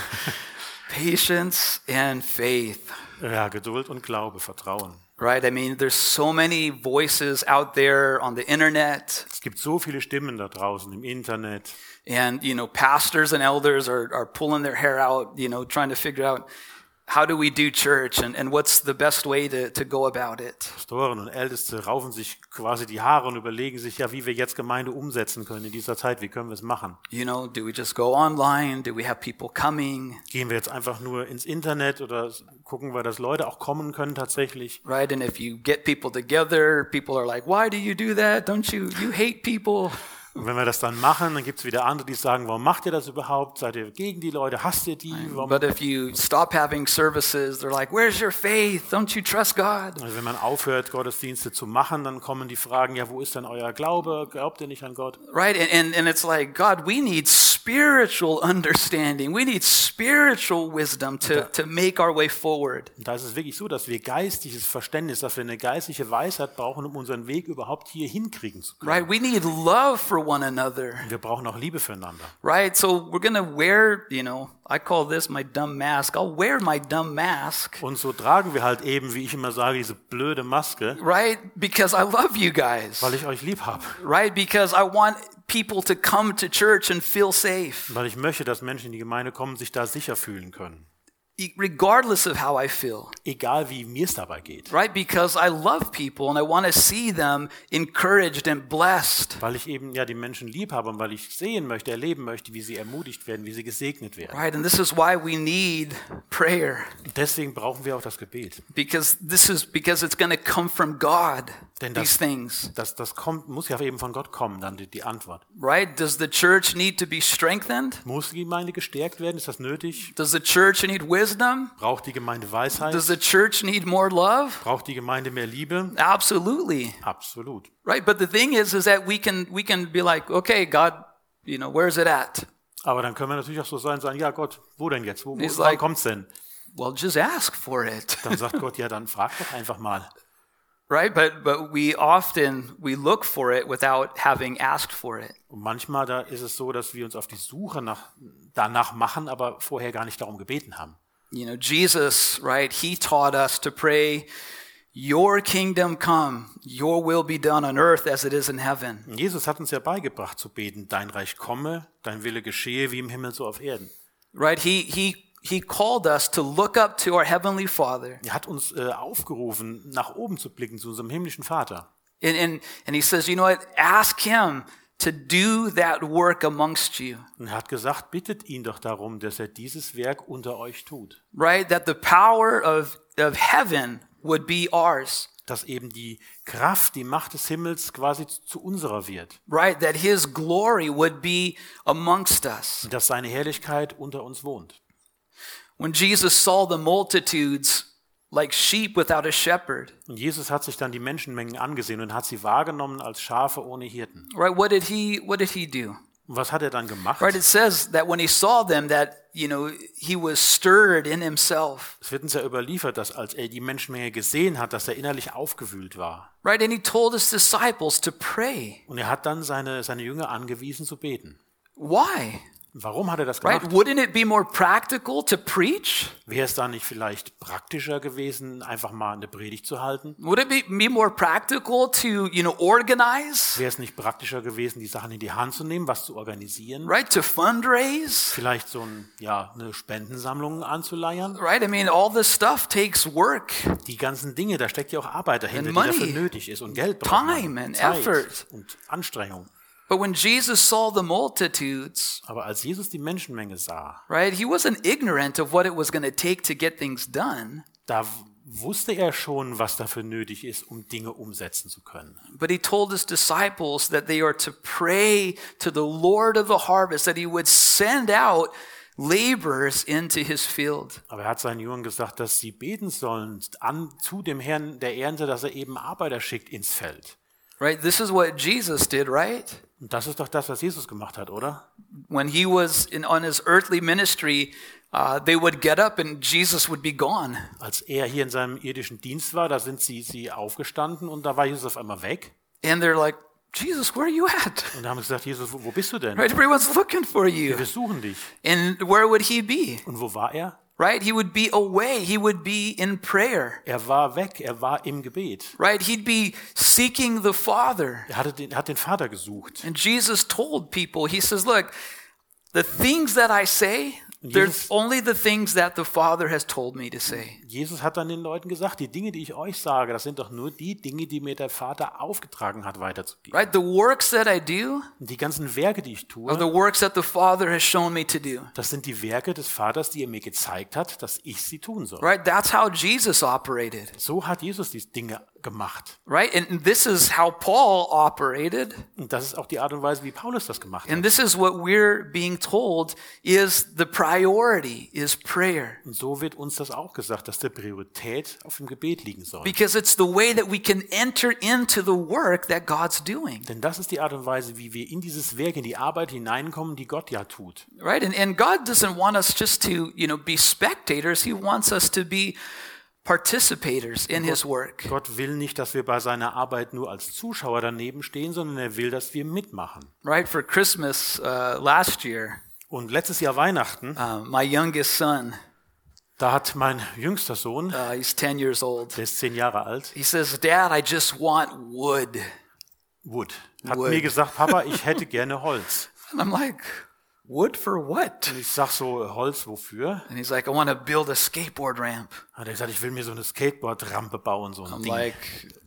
Patience and faith.
Ja, Geduld und Glaube, Vertrauen.
Right? I mean, there's so many voices out there on the internet.
Es gibt so viele Stimmen da draußen im Internet.
And, pastors and elders are pulling their hair out, trying to figure out how do we do church and what's the best way to go about it.
Pastoren und Älteste raufen sich quasi die Haare und überlegen sich ja, wie wir jetzt Gemeinde umsetzen können in dieser Zeit. Wie können wir es machen?
Do we just go online? Do we have people coming?
Gehen wir jetzt einfach nur ins Internet oder gucken wir, dass Leute auch kommen können tatsächlich?
Right? And if you get people together, people are like, why do you do that? Don't you hate people?
Und wenn wir das dann machen, dann gibt es wieder andere, die sagen, warum macht ihr das überhaupt? Seid ihr gegen die Leute? Hasst ihr die? Warum?
But if you stop having services, they're like, where's your faith? Don't you trust God?
Also wenn man aufhört, Gottesdienste zu machen, dann kommen die Fragen, ja, wo ist denn euer Glaube? Glaubt ihr nicht an Gott?
Right? And it's like, God, we need spiritual understanding. We need spiritual wisdom to make our way forward.
Und da ist es wirklich so, dass wir geistiges Verständnis, dass wir eine geistliche Weisheit brauchen, um unseren Weg überhaupt hier hinkriegen zu können.
Right? We need love for one another.
Wir brauchen auch Liebe füreinander.
Right? So we're going to wear, I call this my dumb mask. I'll wear my dumb mask.
Und so tragen wir halt eben, wie ich immer sage, diese blöde Maske,
Right? Because I love you guys.
weil ich euch lieb habe.
Right? Because I want people to come to church and feel safe.
Weil ich möchte, dass Menschen in die Gemeinde kommen, sich da sicher fühlen können.
Regardless of how I feel.
Egal wie mir es dabei geht.
Right? Because I love people and I want to see them encouraged and blessed.
Weil ich eben ja die Menschen lieb habe und weil ich sehen möchte, erleben möchte, wie sie ermutigt werden, wie sie gesegnet werden.
Right? And this is why we need prayer.
Und deswegen brauchen wir auch das Gebet.
Because it's going to come from God.
Denn
these things?
das muss ja eben von Gott kommen, dann die Antwort.
Right? Does the church need to be strengthened?
Muss die Gemeinde gestärkt werden? Ist das nötig?
Does the church need wisdom?
Braucht die Gemeinde Weisheit?
Does the church need more love?
Braucht die Gemeinde mehr Liebe?
Absolutely.
Absolut.
Right? But the thing is that we can be like, okay, God, where's it at?
Aber dann können wir natürlich auch so sein und sagen, ja Gott, wo denn jetzt? Wann
like-
kommt's denn?
Well, just ask for it.
Dann sagt Gott, ja, dann frag doch einfach mal.
Right? But we look for it without having asked for it.
Und manchmal da ist es so, dass wir uns auf die Suche danach machen, aber vorher gar nicht darum gebeten haben.
Jesus, right? He taught us to pray, your kingdom come, your will be done on earth as it is in heaven.
Und Jesus hat uns ja beigebracht zu beten, dein Reich komme, dein Wille geschehe, wie im Himmel so auf Erden.
Right? He called us to look up to our heavenly Father.
Er hat uns aufgerufen, nach oben zu blicken, zu unserem himmlischen Vater.
And he says, you know what? Ask him to do that work amongst you.
Und er hat gesagt, bittet ihn doch darum, dass er dieses Werk unter euch tut.
Right? That the power of heaven would be ours.
Dass eben die Kraft, die Macht des Himmels quasi zu unserer wird.
Right? That his glory would be amongst us.
Und dass seine Herrlichkeit unter uns wohnt.
When Jesus saw the multitudes like sheep without a shepherd,
Und Jesus hat sich dann die Menschenmengen angesehen und hat sie wahrgenommen als Schafe ohne Hirten.
right? What did he do?
Und was hat er dann gemacht?
Right? It says that when he saw them, that he was stirred in himself.
Es wird uns ja überliefert, dass als er die Menschenmenge gesehen hat, dass er innerlich aufgewühlt war.
Right? And he told his disciples to pray.
Und er hat dann seine Jünger angewiesen zu beten.
Why?
Warum hat er das
Right?
gemacht?
Wouldn't it be more practical to preach?
Wäre es da nicht vielleicht praktischer gewesen, einfach mal eine Predigt zu halten?
Would it be more practical to, organize?
Wäre es nicht praktischer gewesen, die Sachen in die Hand zu nehmen, was zu organisieren?
Right? To fundraise?
Vielleicht so eine Spendensammlung anzuleiern?
Right? I mean, all this stuff takes work,
Die ganzen Dinge, da steckt ja auch Arbeit dahinter,
And
die dafür
money,
nötig ist und Geld braucht man,
time and
Zeit
effort.
und Anstrengung.
But when Jesus saw the multitudes,
Aber als Jesus die Menschenmenge sah,
right, he wasn't ignorant of what it was going to take to get things done.
da wusste er schon, was dafür nötig ist, um Dinge umsetzen zu können.
But he told his disciples that they are to pray to the Lord of the harvest, that he would send out laborers into his field.
Aber er hat seinen Jüngern gesagt, dass sie beten sollen zu dem Herrn der Ernte, dass er eben Arbeiter schickt ins Feld.
Right? This is what Jesus did, right?
Und das ist doch das, was Jesus gemacht hat, oder?
When he was on his earthly ministry, they would get up and Jesus would be gone.
Als er hier in seinem irdischen Dienst war, da sind sie aufgestanden und da war Jesus auf einmal weg.
And they're like, Jesus, where are you at?
Und da haben sie gesagt, Jesus, wo bist du denn?
Right? Everyone's looking for you.
Wir suchen dich.
And where would he be?
Und wo war er?
Right? He would be away. He would be in prayer.
Er war weg, er war im Gebet.
Right? He'd be seeking the Father.
Er hat den Vater gesucht.
And Jesus told people, he says, look, the things that I say, there's only the things that the Father has told me to say.
Jesus hat dann den Leuten gesagt, die Dinge, die ich euch sage, das sind doch nur die Dinge, die mir der Vater aufgetragen hat, weiterzugeben.
Right? The works that I do
Und die ganzen Werke, die ich
are the
tue,
works that the Father has shown me to do.
das sind die Werke des Vaters, die er mir gezeigt hat, dass ich sie tun soll.
Right? That's how Jesus operated.
So hat Jesus die Dinge gemacht.
Right? And this is how Paul operated.
Und das ist auch die Art und Weise, wie Paulus das gemacht
And
hat.
this is what we're being told is the priority is prayer.
Und so wird uns das auch gesagt, dass die Priorität auf dem Gebet liegen soll.
Because it's the way that we can enter into the work that God's doing.
Denn das ist die Art und Weise, wie wir in dieses Werk, in die Arbeit hineinkommen, die Gott ja tut.
Right? And God doesn't want us just to, be spectators. He wants us to be participators in his work.
Gott will nicht, dass wir bei seiner Arbeit nur als Zuschauer daneben stehen, sondern er will, dass wir mitmachen.
Right? For Christmas last year,
Und letztes Jahr Weihnachten,
my youngest son,
da hat mein jüngster Sohn,
he's 10 years old.
der ist 10 Jahre alt,
He says, Dad, I just want wood.
hat
Wood.
mir gesagt, Papa, ich hätte gerne Holz.
And I'm like, wood for what?
Und ich sag so, Holz wofür?
And he's like, I want to build a skateboard ramp.
Hat er gesagt, ich will mir so eine Skateboard-Rampe bauen, so ein
I'm
Ding.
like,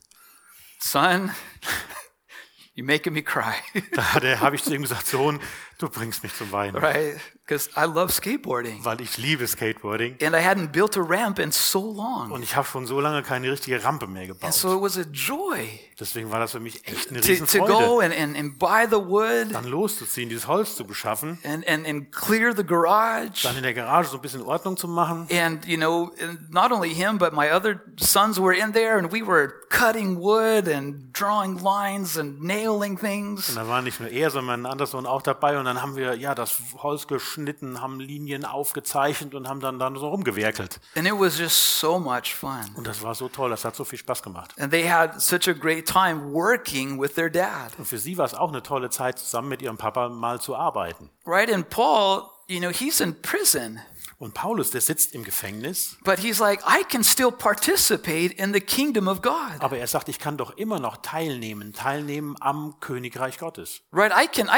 son, you're making me cry.
Da habe ich zu ihm gesagt, Sohn, Du bringst mich zum Weinen,
right? Because I love skateboarding.
weil ich liebe Skateboarding
And I hadn't built a ramp in so long.
und ich habe schon so lange keine richtige Rampe mehr
And
gebaut.
so it was a joy
Deswegen war das für mich echt eine
to
Riesenfreude,
go and buy the wood
dann loszuziehen, dieses Holz zu beschaffen,
and clear the garage.
dann in der Garage so ein bisschen Ordnung zu machen.
And, and not only him, but my other sons were in there, and we were cutting wood and drawing lines and nailing
Und
things.
da war nicht nur er, sondern mein anderer Sohn auch dabei. Und dann haben wir das Holz geschnitten, haben Linien aufgezeichnet und haben dann so rumgewerkelt.
And it was just so much fun.
Und das war so toll, das hat so viel Spaß gemacht.
And they had such a great time working with their dad.
Und für sie war es auch eine tolle Zeit, zusammen mit ihrem Papa mal zu arbeiten.
Right? And Paul, he's in prison.
Und Paulus, der sitzt im Gefängnis,
But he's like, I can still participate in the kingdom of God.
aber er sagt, ich kann doch immer noch teilnehmen am Königreich Gottes.
Right? I can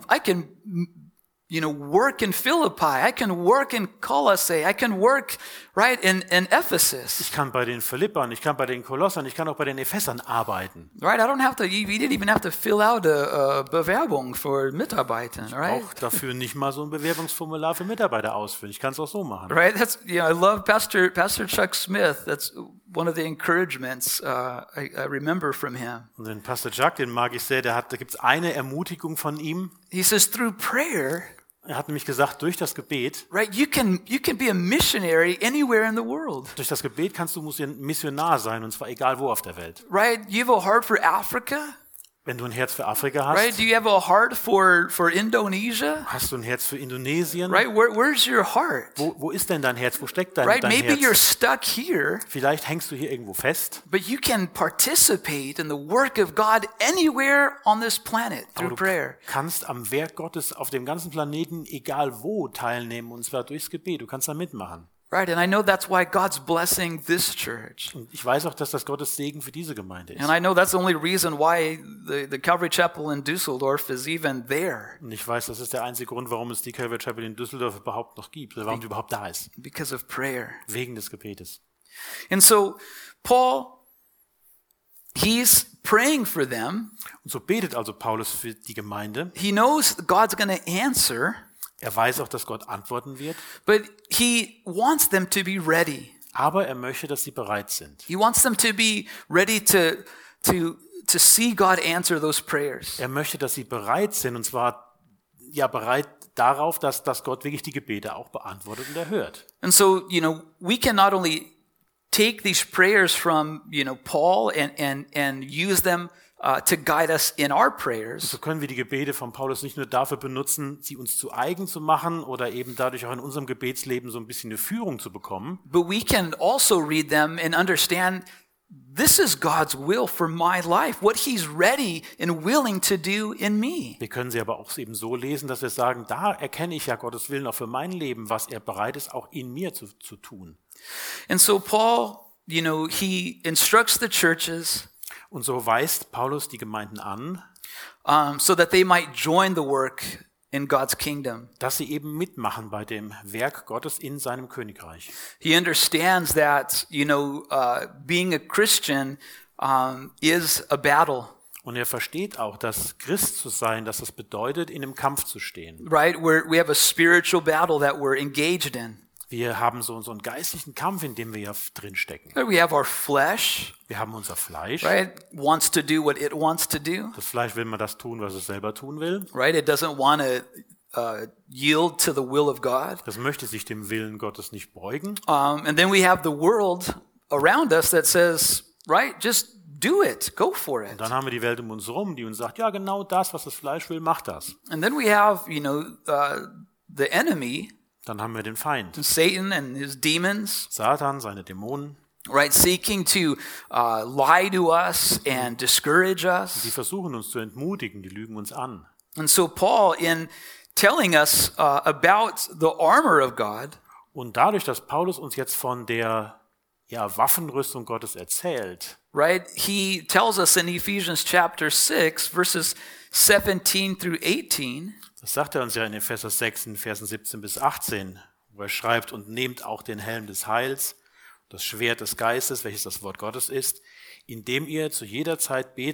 work in Philippi. I can work in Colossae. I can work, right, in Ephesus.
Ich kann bei den Philippern, ich kann bei den Kolossern, ich kann auch bei den Ephesern arbeiten.
Right? I don't have to, we didn't even have to fill out a Bewerbung für Mitarbeiter, right?
Auch dafür nicht mal so ein Bewerbungsformular für Mitarbeiter ausfüllen. Ich kann es auch so machen.
Right? That's, I love Pastor Chuck Smith. That's one of the encouragements I remember from him.
Und den Pastor Jack, den mag ich sehr, da gibt es eine Ermutigung von ihm.
He says, through prayer,
Er hat nämlich gesagt, durch das Gebet,
right, you can be a missionary anywhere in the world.
durch das Gebet kannst du Missionar sein, und zwar egal wo auf der Welt.
Right? You have a heart for Africa?
Wenn du ein Herz für Afrika
Right?
hast,
Do you have a heart for Indonesia?
hast du ein Herz für Indonesien.
Right? Where's your heart?
Wo ist denn dein Herz? Wo steckt dein
Right? Maybe you're
Herz?
stuck here,
Vielleicht hängst du hier irgendwo fest,
but you can participate in the work of God anywhere on this planet
aber
through
du
prayer.
kannst am Werk Gottes auf dem ganzen Planeten, egal wo, teilnehmen, und zwar durchs Gebet. Du kannst da mitmachen.
Right? And I know that's why God's blessing this church.
Und ich weiß auch, dass das Gottes Segen für diese Gemeinde
And
ist.
I know that's the only reason why the Calvary Chapel in Düsseldorf is even there,
Und ich weiß, das ist der einzige Grund, warum es die Calvary Chapel in Düsseldorf überhaupt noch gibt, oder warum sie überhaupt da ist.
because of prayer.
Wegen des Gebetes.
And so Paul, he's praying for them.
Und so betet also Paulus für die Gemeinde.
He knows God's going to answer,
Er weiß auch, dass Gott antworten wird,
but he wants them to be ready.
aber er möchte, dass sie bereit sind.
He wants them to be ready to see God answer those prayers.
Er möchte, dass sie bereit sind, und zwar bereit darauf, dass Gott wirklich die Gebete auch beantwortet und erhört.
And so, we can not only take these prayers from, Paul and use them to guide us in our prayers,
So können wir die Gebete von Paulus nicht nur dafür benutzen, sie uns zu eigen zu machen oder eben dadurch auch in unserem Gebetsleben so ein bisschen eine Führung zu bekommen,
but we can also read them and understand this is God's will for my life, what he's ready and willing to do in me.
wir können sie aber auch eben so lesen, dass wir sagen, da erkenne ich ja Gottes Willen auch für mein Leben, was er bereit ist, auch in mir zu tun.
And so Paul, he instructs the churches
Und so weist Paulus die Gemeinden an,
so that they might join the work in God's kingdom.
dass sie eben mitmachen bei dem Werk Gottes in seinem Königreich.
He understands that, being a Christian is a battle,
Und er versteht auch, dass Christ zu sein, dass das bedeutet, in einem Kampf zu stehen.
right? We have a spiritual battle that we're engaged in.
Wir haben so einen geistlichen Kampf, in dem wir ja drinstecken.
We have our flesh,
Wir haben unser Fleisch.
right? Wants to do what it wants to do,
Das Fleisch will mal das tun, was es selber tun will.
right? It doesn't want to yield to the will of God.
Das möchte sich dem Willen Gottes nicht beugen.
And then we have the world around us that says, right, just do it, go for it.
Dann haben wir die Welt um uns herum, die uns sagt, ja, genau das, was das Fleisch will, mach das.
And then we have, the enemy,
Dann haben wir den Feind,
Satan and his demons,
Satan, seine Dämonen,
right, seeking to lie to us and discourage
die
us.
versuchen uns zu entmutigen, die lügen uns an.
And so Paul, in telling us about the armor of God,
Und dadurch, dass Paulus uns jetzt von der Waffenrüstung Gottes erzählt,
right, he tells us in Ephesians chapter 6, verses 17 through 18,
das sagt er uns ja in Epheser 6, in Versen 17 bis 18, wo er schreibt, und nehmt auch den Helm des Heils, das Schwert des Geistes, welches das Wort Gottes ist, indem ihr zu jeder Zeit betet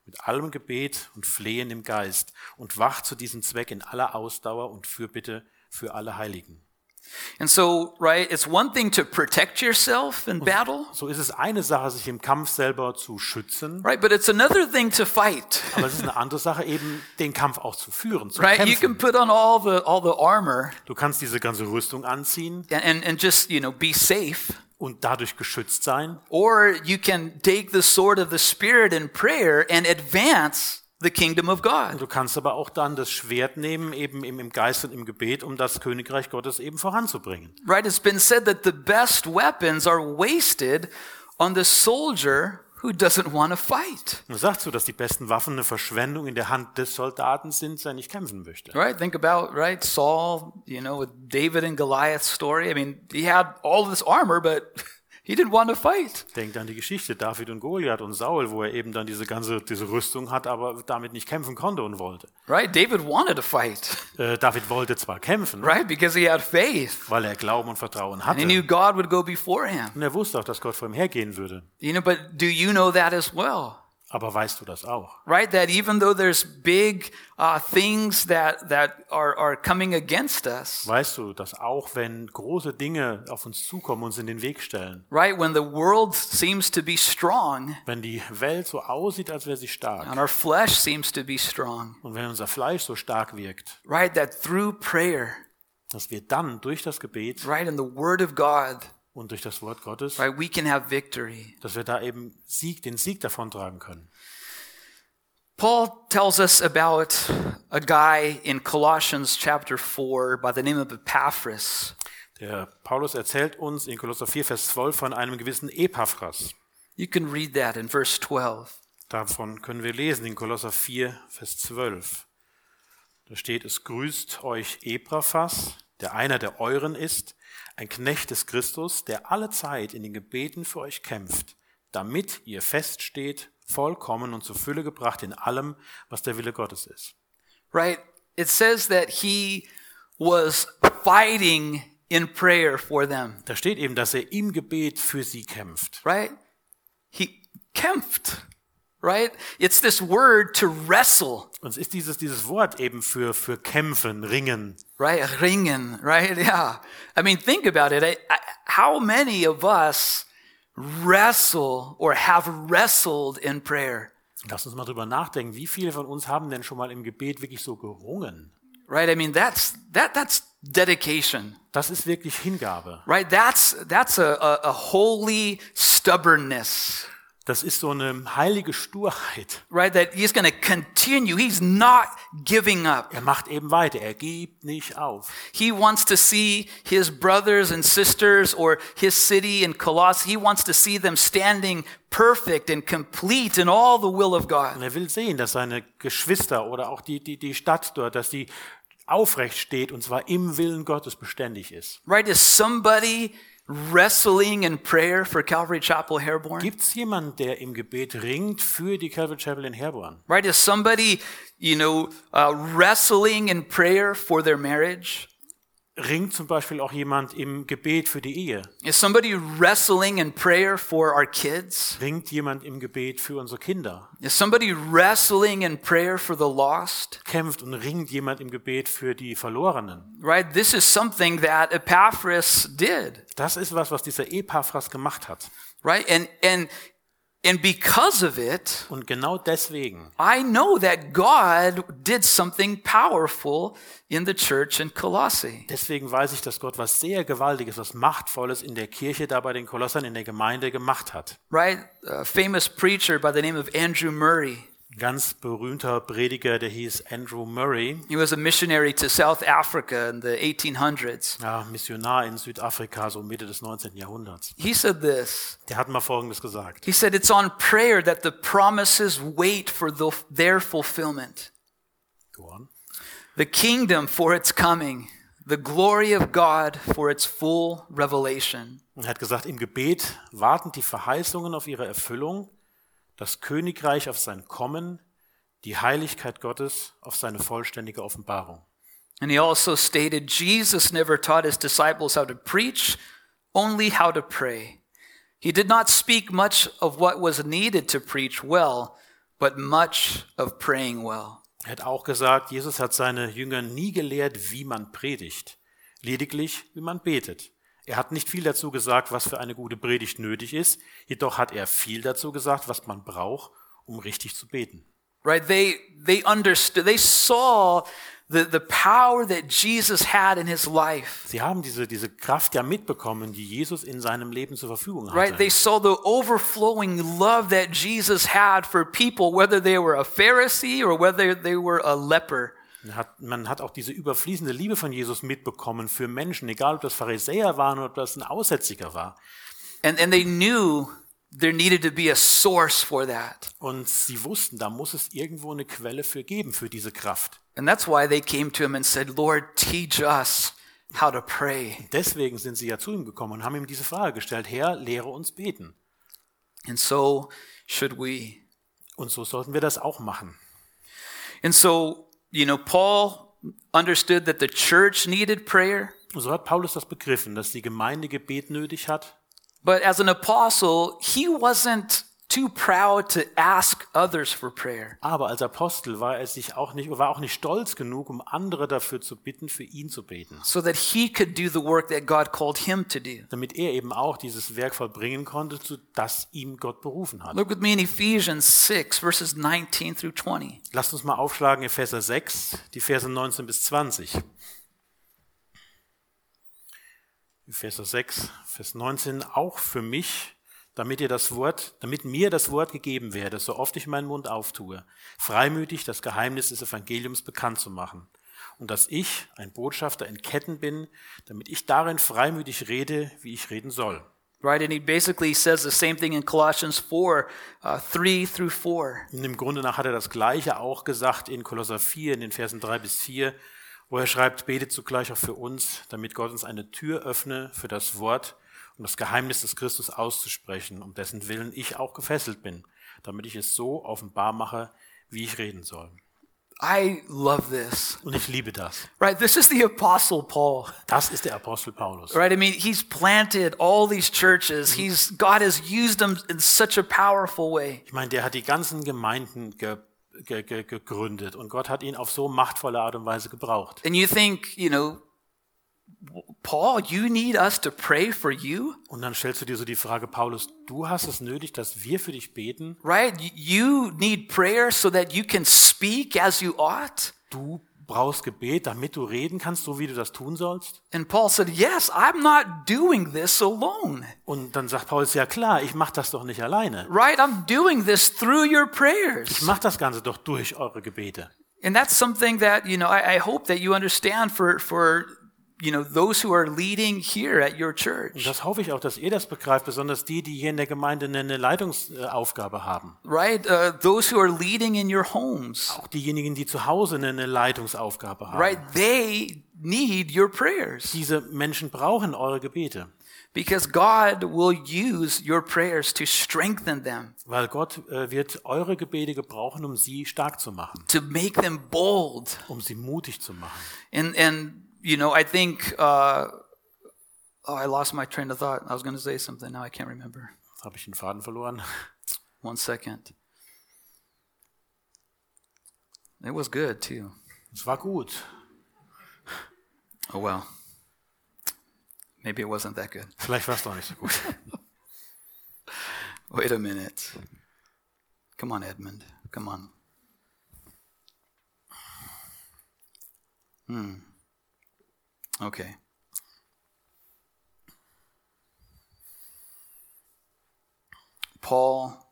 mit allem Gebet und Flehen im Geist und wacht zu diesem Zweck in aller Ausdauer und Fürbitte für alle Heiligen.
And so, right, it's one thing to protect yourself in battle,
So ist es eine Sache, sich im Kampf selber zu schützen,
right? But it's another thing to fight,
aber es ist eine andere Sache, eben den Kampf auch zu führen, zu
right? You can
kämpfen.
put on all the armor
Du kannst diese ganze Rüstung anziehen
and just, be safe.
und dadurch geschützt sein.
Or you can take the sword of the Spirit in prayer and advance the kingdom of God.
Du kannst aber auch dann das Schwert nehmen, eben im Geist und im Gebet, um das Königreich Gottes eben voranzubringen.
Right? It's been said that the best weapons are wasted on the soldier who doesn't want to fight.
Und sagt so, dass die besten Waffen eine Verschwendung in der Hand des Soldaten sind, der nicht kämpfen möchte.
Right? Think about, right, Saul, with David and Goliath's story. I mean, he had all this armor, but he didn't want to fight.
Denkt an die Geschichte David und Goliath und Saul, wo er eben dann diese Rüstung hat, aber damit nicht kämpfen konnte und wollte.
Right? David wanted to fight,
David wollte zwar kämpfen,
right? Because he had faith.
weil er Glauben und Vertrauen
And he
hatte.
knew God would go before him.
Und er wusste auch, dass Gott vor ihm hergehen würde.
But do you know that as well?
Aber weißt du das auch?
Right, that even though there's big things that are coming against us,
Weißt du, dass auch wenn große Dinge auf uns zukommen und uns in den Weg stellen,
right, when the world seems to be strong
wenn die Welt so aussieht, als wäre sie
and
stark,
our flesh seems to be strong,
und wenn unser Fleisch so stark wirkt,
right, that through prayer,
dass wir dann durch das Gebet
right, and the word of God,
und durch das Wort Gottes,
right, we can have victory.
dass wir da eben den Sieg davontragen können.
Paul tells us about a guy in Colossians chapter 4 by the name of Epaphras.
Der Paulus erzählt uns in Kolosser 4, Vers 12 von einem gewissen Epaphras.
You can read that in verse 12.
Davon können wir lesen in Kolosser 4, Vers 12. Da steht, es grüßt euch Epaphras, der einer der euren ist, ein Knecht des Christus, der alle Zeit in den Gebeten für euch kämpft, damit ihr feststeht, vollkommen und zur Fülle gebracht in allem, was der Wille Gottes ist.
Right? It says that he was fighting in prayer for them.
Da steht eben, dass er im Gebet für sie kämpft.
Right? He kämpft. Right? It's this word to wrestle.
Und es ist dieses Wort eben für kämpfen, ringen.
Right? Ringen. Right? Yeah. I mean, think about it. How many of us wrestle or have wrestled in prayer?
Lass uns mal drüber nachdenken, wie viele von uns haben denn schon mal im Gebet wirklich so gerungen?
Right? I mean, that's dedication.
Das ist wirklich Hingabe.
Right? That's a holy stubbornness.
Das ist so eine heilige Sturheit.
Right? That he's going to continue. He's not giving up.
Er macht eben weiter, er gibt nicht auf.
He wants to see his brothers and sisters or his city in Colossae. He wants to see them standing perfect and complete in all the will of
Und
God.
er will sehen, dass seine Geschwister oder auch die Stadt dort, dass die aufrecht steht und zwar im Willen Gottes beständig ist.
Right? Is somebody wrestling in prayer for Calvary Chapel Herborn?
Gibt es jemanden, der im Gebet ringt für die Calvary Chapel in Herborn?
Right? Is somebody, wrestling in prayer for their marriage?
Ringt zum Beispiel auch jemand im Gebet für die Ehe?
Is somebody wrestling in prayer for our kids?
Ringt jemand im Gebet für unsere Kinder?
Is somebody wrestling in prayer for the lost?
Kämpft und ringt jemand im Gebet für die Verlorenen?
Right? This is something that Epaphras did.
Das ist was dieser Epaphras gemacht hat.
Right? And because of it,
Und genau deswegen
I know that God did something powerful in the church in Colossae.
Deswegen weiß ich, dass Gott was sehr Gewaltiges, was Machtvolles in der Kirche, da bei den Kolossern in der Gemeinde gemacht hat.
Right? A famous preacher by the name of Andrew Murray.
Ein ganz berühmter Prediger, der hieß Andrew Murray,
He was a missionary to South Africa in the 1800s.
ja, Missionar in Südafrika, so Mitte des 19. Jahrhunderts.
He said this.
Der hat mal Folgendes gesagt.
He said, it's on prayer that the promises wait for their fulfillment.
Go on.
The kingdom for its coming, the glory of God for its full revelation.
Und er hat gesagt, im Gebet warten die Verheißungen auf ihre Erfüllung, das Königreich auf sein Kommen, die Heiligkeit Gottes auf seine vollständige Offenbarung.
And he also stated, Jesus never taught his disciples how to preach, only how to pray. He did not speak much of what was needed to preach well, but much of praying well.
Er hat auch gesagt, Jesus hat seine Jünger nie gelehrt, wie man predigt, lediglich, wie man betet. Er hat nicht viel dazu gesagt, was für eine gute Predigt nötig ist, jedoch hat er viel dazu gesagt, was man braucht, um richtig zu beten.
Right? They understood, they saw the power that Jesus had in his life.
Sie haben diese Kraft ja mitbekommen, die Jesus in seinem Leben zur Verfügung hatte.
Right? They saw the overflowing love that Jesus had for people, whether they were a Pharisee or whether they were a leper.
Man hat auch diese überfließende Liebe von Jesus mitbekommen für Menschen, egal ob das Pharisäer waren oder ob das ein Aussätziger war.
And they knew there needed to be a source for that.
Und sie wussten, da muss es irgendwo eine Quelle für geben, für diese Kraft.
And that's why they came to him and said, Lord, teach us how to pray.
Deswegen sind sie ja zu ihm gekommen und haben ihm diese Frage gestellt, Herr, lehre uns beten.
And so should we.
Und so sollten wir das auch machen.
And so, Paul understood that the church needed prayer.
Und so hat Paulus das begriffen, dass die Gemeinde Gebet nötig hat.
But as an apostle, he wasn't too proud to ask others for prayer.
Aber als Apostel war er auch nicht stolz genug, um andere dafür zu bitten, für ihn zu beten.
So that he could do the work that God called him to do.
Damit er eben auch dieses Werk vollbringen konnte, zu das ihm Gott berufen hat.
Look with me in Ephesians 6, verses 19 through 20.
Lasst uns mal aufschlagen, Epheser 6, die Verse 19 bis 20. Epheser 6, Vers 19, auch für mich, damit mir das Wort gegeben werde, so oft ich meinen Mund auftue, freimütig das Geheimnis des Evangeliums bekannt zu machen. Und dass ich, ein Botschafter in Ketten bin, damit ich darin freimütig rede, wie ich reden soll.
Right, and he basically says the same thing in Colossians 4, 3 through 4.
Und im Grunde nach hat er das Gleiche auch gesagt in Kolosser 4, in den Versen 3 bis 4, wo er schreibt, betet zugleich auch für uns, damit Gott uns eine Tür öffne für das Wort und das Geheimnis des Christus auszusprechen, um dessen Willen ich auch gefesselt bin, damit ich es so offenbar mache, wie ich reden soll.
I love this.
Und ich liebe das.
Right, this is the Apostle Paul.
Das ist der Apostel Paulus.
Right, I mean, he's planted all these churches. God has used them in such a powerful way.
Ich meine, der hat die ganzen Gemeinden gegründet und Gott hat ihn auf so machtvolle Art und Weise gebraucht.
And you think, Paul, you need us to pray for you?
Und dann stellst du dir so die Frage, Paulus, du hast es nötig, dass wir für dich beten?
Right? You need prayer so that you can speak as you ought?
Du brauchst Gebet, damit du reden kannst, so wie du das tun sollst?
And Paul said, yes, I'm not doing this alone.
Und dann sagt Paulus, ja klar, ich mache das doch nicht alleine.
Right? I'm doing this through your
Ich
prayers.
mache das Ganze doch durch eure Gebete.
And that's something that, I hope that you understand for those who are leading here at your
Und
church.
das hoffe ich auch, dass ihr das begreift, besonders die hier in der Gemeinde eine Leitungsaufgabe haben.
Right? Those who are leading in your homes.
Auch diejenigen, die zu Hause eine Leitungsaufgabe haben.
Right? They need your prayers.
Diese Menschen brauchen eure Gebete,
Because God will use your prayers to strengthen them,
weil Gott wird eure Gebete gebrauchen, um sie stark zu machen,
to make them bold.
um sie mutig zu machen.
And I think, I lost my train of thought. I was going to say something. Now I can't remember.
Jetzt habe ich den Faden verloren.
1 second. It was good too.
Es war gut.
Oh well. Maybe it wasn't that good.
Vielleicht war es doch nicht so gut.
Wait a minute. Come on, Edmund. Come on. Okay. Paul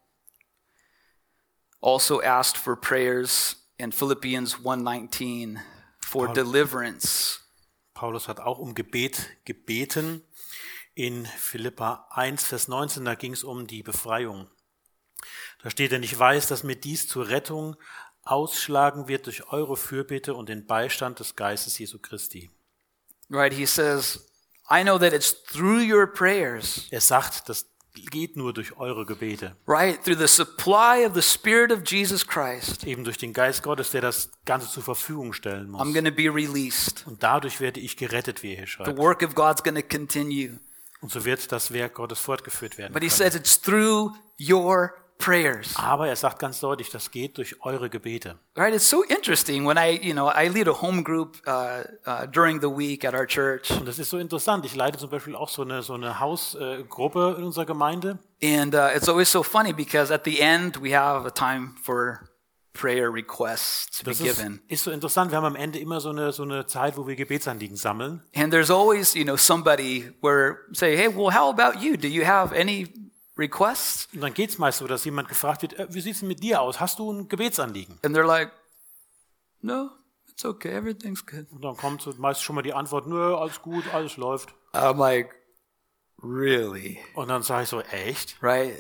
also asked for prayers in Philippians 1:19 for deliverance.
Paulus hat auch um Gebet gebeten. In Philipper 1, Vers 19, da ging es um die Befreiung. Da steht, denn ich weiß, dass mir dies zur Rettung ausschlagen wird durch eure Fürbitte und den Beistand des Geistes Jesu Christi.
Right, he says, I know that it's through your prayers,
Er sagt, das geht nur durch eure Gebete.
right, through the supply of the Spirit of Jesus Christ,
Eben durch den Geist Gottes, der das Ganze zur Verfügung stellen muss.
I'm going to be released.
Und dadurch werde ich gerettet, wie er hier
The
schreibt.
work of God's going to continue.
Und so wird das Werk Gottes fortgeführt werden
But he
können.
says it's through your prayers.
Aber er sagt ganz deutlich, das geht durch eure Gebete.
Right? It's so interesting when I lead a home group during the week at our church.
Und das ist so interessant. Ich leite zum Beispiel auch so eine Hausgruppe in unserer Gemeinde.
And it's always so funny because at the end we have a time for prayer requests to be
Das
given.
ist so interessant. Wir haben am Ende immer so eine Zeit, wo wir Gebetsanliegen sammeln.
And there's always, somebody where say, hey, well, how about you? Do you have any requests?
Und dann geht es meist so, dass jemand gefragt wird, wie sieht es mit dir aus? Hast du ein Gebetsanliegen?
And they're like, no, it's okay, everything's good.
Und dann kommt so meist schon mal die Antwort, nö, alles gut, alles läuft.
I'm like, really?
Und dann sage ich so, echt?
Right?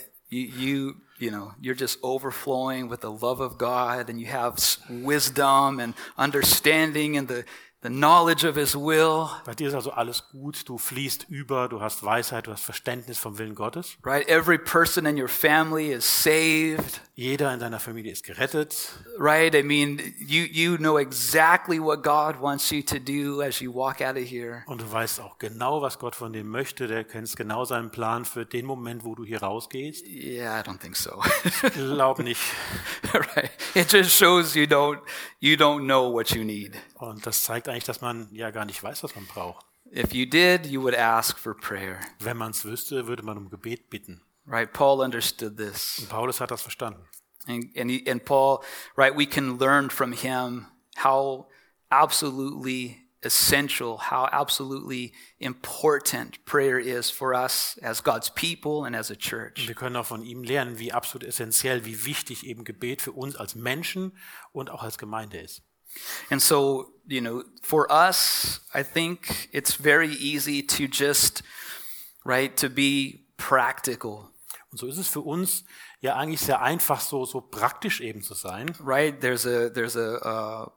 You're just overflowing with the love of God, and you have wisdom and understanding and the knowledge of His will.
Bei dir ist also alles gut, du fließt über, du hast Weisheit, du hast Verständnis vom Willen Gottes.
Right? Every person in your family is saved.
Jeder in deiner Familie ist gerettet.
Right? I mean, you know exactly what God wants you to do as you walk out of here.
Und du weißt auch genau, was Gott von dir möchte. Der kennt genau seinen Plan für den Moment, wo du hier rausgehst.
Yeah, I don't think so.
Ich glaube nicht.
Right? It just shows you don't know what you need.
Und das zeigt eigentlich, dass man ja gar nicht weiß, was man braucht.
If you did, you would ask for prayer.
Wenn man es wüsste, würde man um Gebet bitten.
Right? Paul understood this.
Und Paulus hat das verstanden.
And Paul, right, we can learn from him how absolutely essential, how absolutely important prayer is for us as God's people and as a
Und
church.
wir können auch von ihm lernen, wie absolut essentiell, wie wichtig eben Gebet für uns als Menschen und auch als Gemeinde ist.
And so, for us, I think it's very easy to just, right, to be practical.
Und so ist es für uns ja eigentlich sehr einfach, so praktisch eben zu sein.
Right? There's a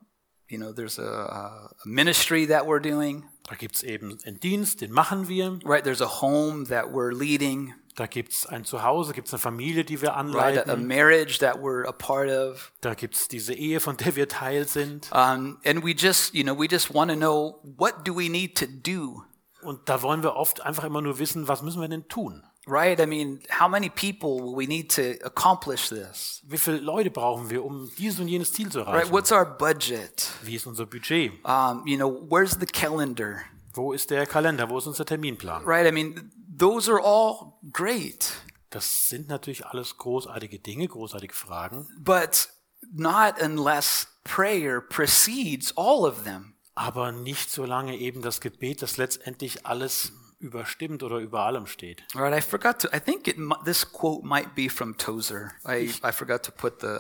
ministry that we're doing.
Da gibt es eben einen Dienst, den machen wir.
Right? There's a home that we're leading.
Da gibt es ein Zuhause, gibt es eine Familie, die wir
Right? A
anleiten.
marriage that we're a part of.
Da gibt es diese Ehe, von der wir Teil sind.
And we just want to know, what do we need to do?
Und da wollen wir oft einfach immer nur wissen, was müssen wir denn tun?
Right? I mean, how many people will we need to accomplish this?
Wie viele Leute brauchen wir, um dieses und jenes Ziel zu
Right?
erreichen?
What's our budget?
Wie ist unser Budget?
Where's the calendar?
Wo ist der Kalender? Wo ist unser Terminplan?
Right? I mean, those are all great,
Das sind natürlich alles großartige Dinge, großartige Fragen.
but not unless prayer precedes all of them.
Aber nicht solange eben das Gebet, das letztendlich alles überstimmt oder über allem steht.
All right, I think this quote might be from Tozer. I forgot to put the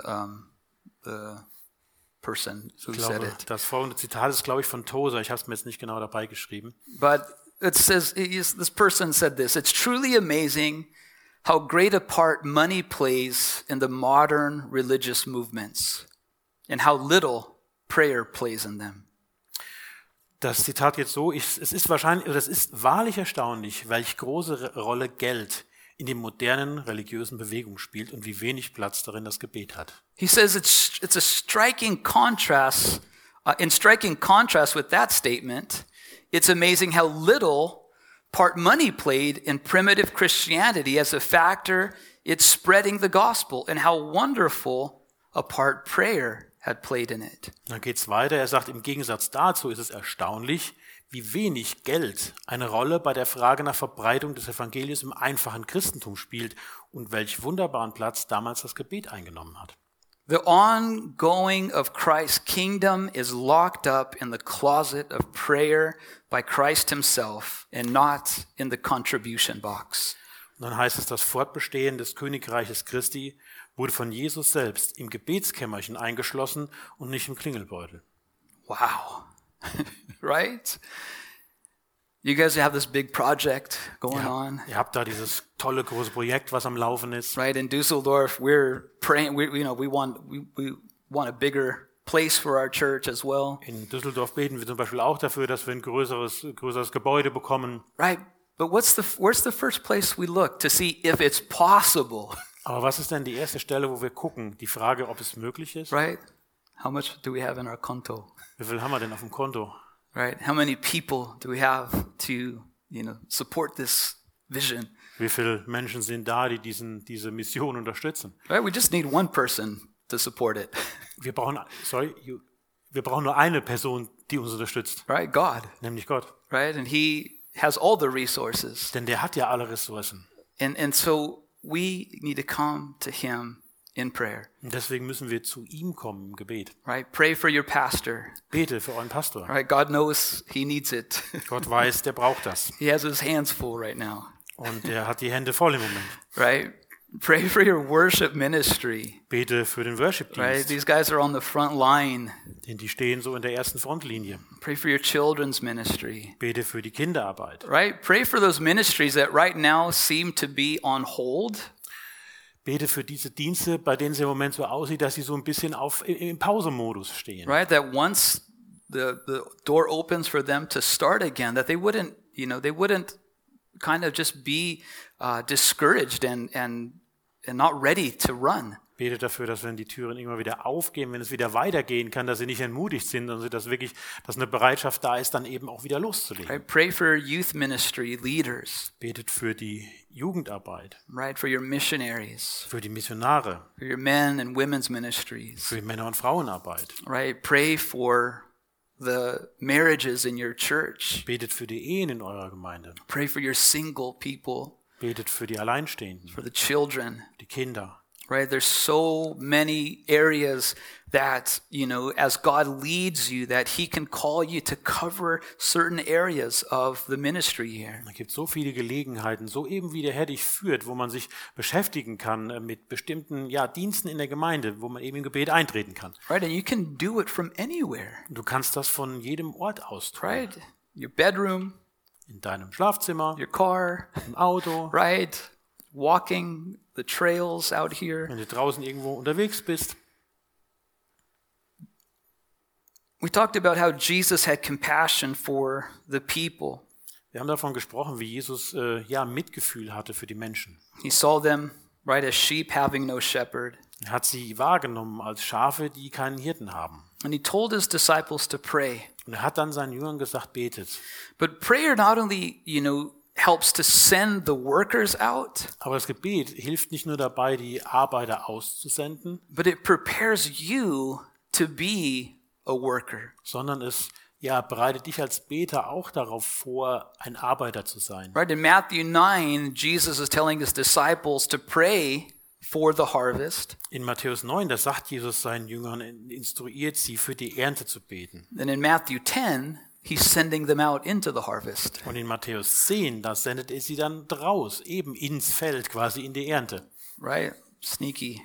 person who
Ich
said
glaube,
it.
das folgende Zitat ist, glaube ich, von Tozer. Ich habe es mir jetzt nicht genau dabei geschrieben.
But it says, this person said this: "It's truly amazing how great a part money plays in the modern religious movements, and how little prayer plays in them."
Das Zitat geht so: Es ist wahrlich erstaunlich, welch große Rolle Geld in den modernen religiösen Bewegungen spielt und wie wenig Platz darin das Gebet hat.
He says it's a striking contrast. In striking contrast with that statement, it's amazing how little part money played in primitive Christianity as a factor in spreading the gospel, and how wonderful a part prayer had played in it.
Dann geht es weiter. Er sagt, im Gegensatz dazu ist es erstaunlich, wie wenig Geld eine Rolle bei der Frage nach Verbreitung des Evangeliums im einfachen Christentum spielt und welch wunderbaren Platz damals das Gebet eingenommen hat.
The ongoing of Christ's kingdom is locked up in the closet of prayer by Christ himself and not in the contribution box.
Und dann heißt es, das Fortbestehen des Königreiches Christi wurde von Jesus selbst im Gebetskämmerchen eingeschlossen und nicht im Klingelbeutel.
Wow. Right? You guys have this big project going on.
Ihr habt da dieses tolle große Projekt, was am Laufen ist.
Right? In Düsseldorf, we're praying, we want a bigger place for our church as well.
In Düsseldorf beten wir zum Beispiel auch dafür, dass wir ein größeres Gebäude bekommen.
Right? But where's the first place we look to see if it's possible?
Aber was ist denn die erste Stelle, wo wir gucken? Die Frage, ob es möglich ist.
Right? How much do we have in our konto?
Wie viel haben wir denn auf dem Konto?
Right? How many people do we have to, support this vision.
Wie viele Menschen sind da, die diese Mission unterstützen?
Right? We just need one person to support it.
Wir brauchen nur eine Person, die uns unterstützt,
Right? God.
nämlich Gott.
Right? And he has all the resources.
Denn der hat ja alle Ressourcen.
And so we need to come to him in prayer.
Und deswegen müssen wir zu ihm kommen im Gebet.
Right? Pray for your pastor.
Bete für euren Pastor.
Right? God knows he needs it.
Gott weiß, der braucht das.
He has his hands full right now.
Und der hat die Hände voll im Moment.
Right? Pray for your worship ministry.
Bete für den
Right?
Worship-Dienst.
These guys are on the front line.
Denn die stehen so in der ersten Frontlinie.
Pray for your children's ministry.
Bete für die Kinderarbeit.
Right? Pray for those ministries that right now seem to be on hold.
Bete für diese Dienste, bei denen es im Moment so aussieht, dass sie so ein bisschen im Pausemodus stehen.
Right? That once the door opens for them to start again, that they wouldn't kind of just be discouraged and not ready to run.
Bete dafür, dass wenn die Türen immer wieder aufgehen, wenn es wieder weitergehen kann, dass sie nicht entmutigt sind, sondern dass eine Bereitschaft da ist, dann eben auch wieder loszulegen.
Right? Pray for youth ministry leaders.
Betet für die Jugendarbeit,
Right? For your missionaries.
für die Missionare,
For your men and women's ministries.
für die Männer- und Frauenarbeit.
Right? Pray for the marriages in your church.
Betet für die Ehen in eurer Gemeinde.
Pray for your single people,
Betet für die Alleinstehenden,
for the children.
die Kinder.
Right? There's so many areas that, as God leads you, that he can call you to cover certain areas of the ministry here.
Es gibt so viele Gelegenheiten, so eben wie der Herr dich führt, wo man sich beschäftigen kann mit bestimmten Diensten in der Gemeinde, wo man eben im Gebet eintreten kann.
Right? And you can do it from anywhere.
Du kannst das von jedem Ort aus tun.
Right? Your bedroom,
In deinem Schlafzimmer,
your car,
im Auto,
right? Walking the trails out here.
wenn du draußen irgendwo unterwegs bist.
We talked about how Jesus had compassion for the people.
Wir haben davon gesprochen, wie Jesus Mitgefühl hatte für die Menschen.
He saw them, right, as sheep having no shepherd.
Er hat sie wahrgenommen als Schafe, die keinen Hirten haben.
And he told his disciples to pray.
Und er hat dann seinen Jüngern gesagt, betet.
But prayer not only, helps to send the workers out,
Aber das Gebet hilft nicht nur dabei, die Arbeiter auszusenden,
but it prepares you to be a worker.
sondern es bereitet dich als Beter auch darauf vor, ein Arbeiter zu sein.
Right? In Matthew 9, Jesus is telling his disciples to pray for the harvest.
In Matthäus 9, da sagt Jesus seinen Jüngern, instruiert sie, für die Ernte zu beten.
And in Matthew 10, he's sending them out into the harvest.
Und in Matthäus 10, da sendet er sie dann raus, eben ins Feld, quasi in die Ernte.
Right? Sneaky.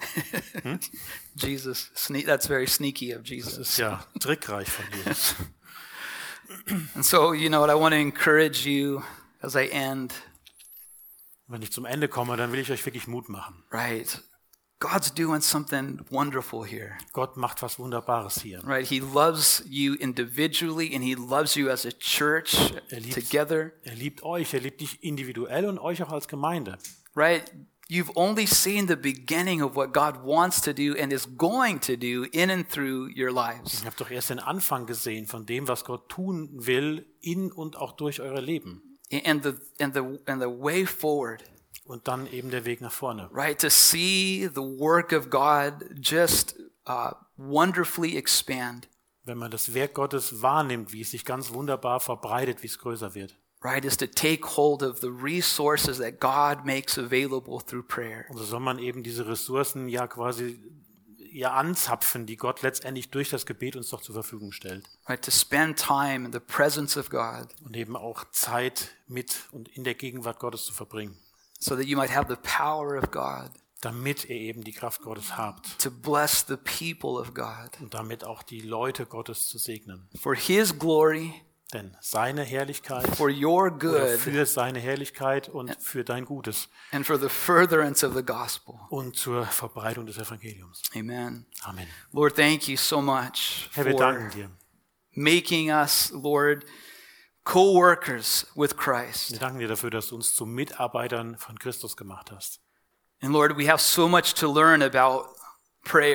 Jesus. That's very sneaky of
Das
Jesus.
ist ja trickreich von Jesus.
And so, what I want to encourage you as I end,
Wenn ich zum Ende komme, dann will ich euch wirklich Mut machen.
right? God's doing something wonderful here,
Gott macht was Wunderbares hier.
right? He loves you individually and he loves you as a church together,
Er liebt euch, er liebt dich individuell und euch auch als Gemeinde.
right? You've only seen the beginning of what God wants to do and is going to do in and through your lives.
Ihr habt doch erst den Anfang gesehen von dem, was Gott tun will, in und auch durch eure Leben.
And the way forward,
Und dann eben der Weg nach vorne.
right? To see the work of God just wonderfully expand,
Wenn man das Werk Gottes wahrnimmt, wie es sich ganz wunderbar verbreitet, wie es größer wird.
right? Is to take hold of the resources that God makes available through prayer.
Und so soll man eben diese Ressourcen quasi anzapfen, die Gott letztendlich durch das Gebet uns doch zur Verfügung stellt.
Right? To spend time in the presence of God
Und eben auch Zeit mit und in der Gegenwart Gottes zu verbringen.
so that you might have the power of God
Damit ihr eben die Kraft Gottes habt.
to bless the people of God
Und damit auch die Leute Gottes zu segnen.
for His glory,
Denn seine Herrlichkeit
for your
oder
good,
für seine Herrlichkeit und für dein Gutes
and for the furtherance of the gospel.
und zur Verbreitung des Evangeliums.
Amen.
Amen.
Lord, thank you so much
Herr, wir
for
danken dir.
making us, Lord, co-workers with Christ.
Wir danken dir dafür, dass du uns zu Mitarbeitern von Christus gemacht hast.
And Lord, we have so much to learn about prayer.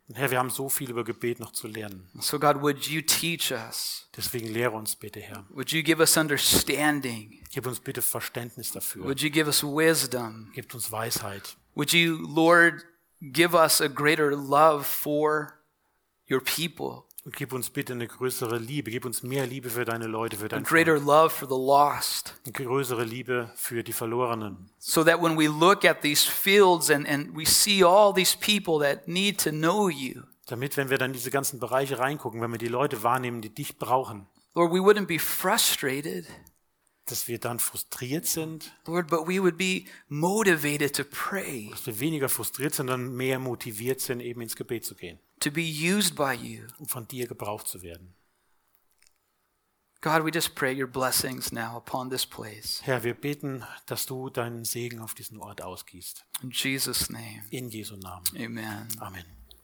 Und Herr, wir haben so viel über Gebet noch zu lernen.
So God, would you teach us?
Deswegen lehre uns bitte, Herr.
Would you give us understanding?
Gib uns bitte Verständnis dafür.
Would you give us wisdom?
Gib uns Weisheit.
Would you, Lord, give us a greater love for your people?
Und gib uns bitte eine größere Liebe. Gib uns mehr Liebe für deine Leute, für
A
dein
greater
Volk.
love for the lost.
Eine größere Liebe für die Verlorenen.
So that when we look at these fields and we see all these people that need to know you,
Damit, wenn wir dann in diese ganzen Bereiche reingucken, wenn wir die Leute wahrnehmen, die dich brauchen,
Lord, we wouldn't be frustrated,
dass wir dann frustriert sind,
Lord, but we would be motivated to pray,
dass wir weniger frustriert sind, sondern mehr motiviert sind, eben ins Gebet zu gehen,
to be used by you.
um von dir gebraucht zu werden.
God, we just pray your blessings now upon this place.
Herr, wir beten, dass du deinen Segen auf diesen Ort ausgießt.
In Jesus' name,
In Jesu Namen.
amen.
Amen.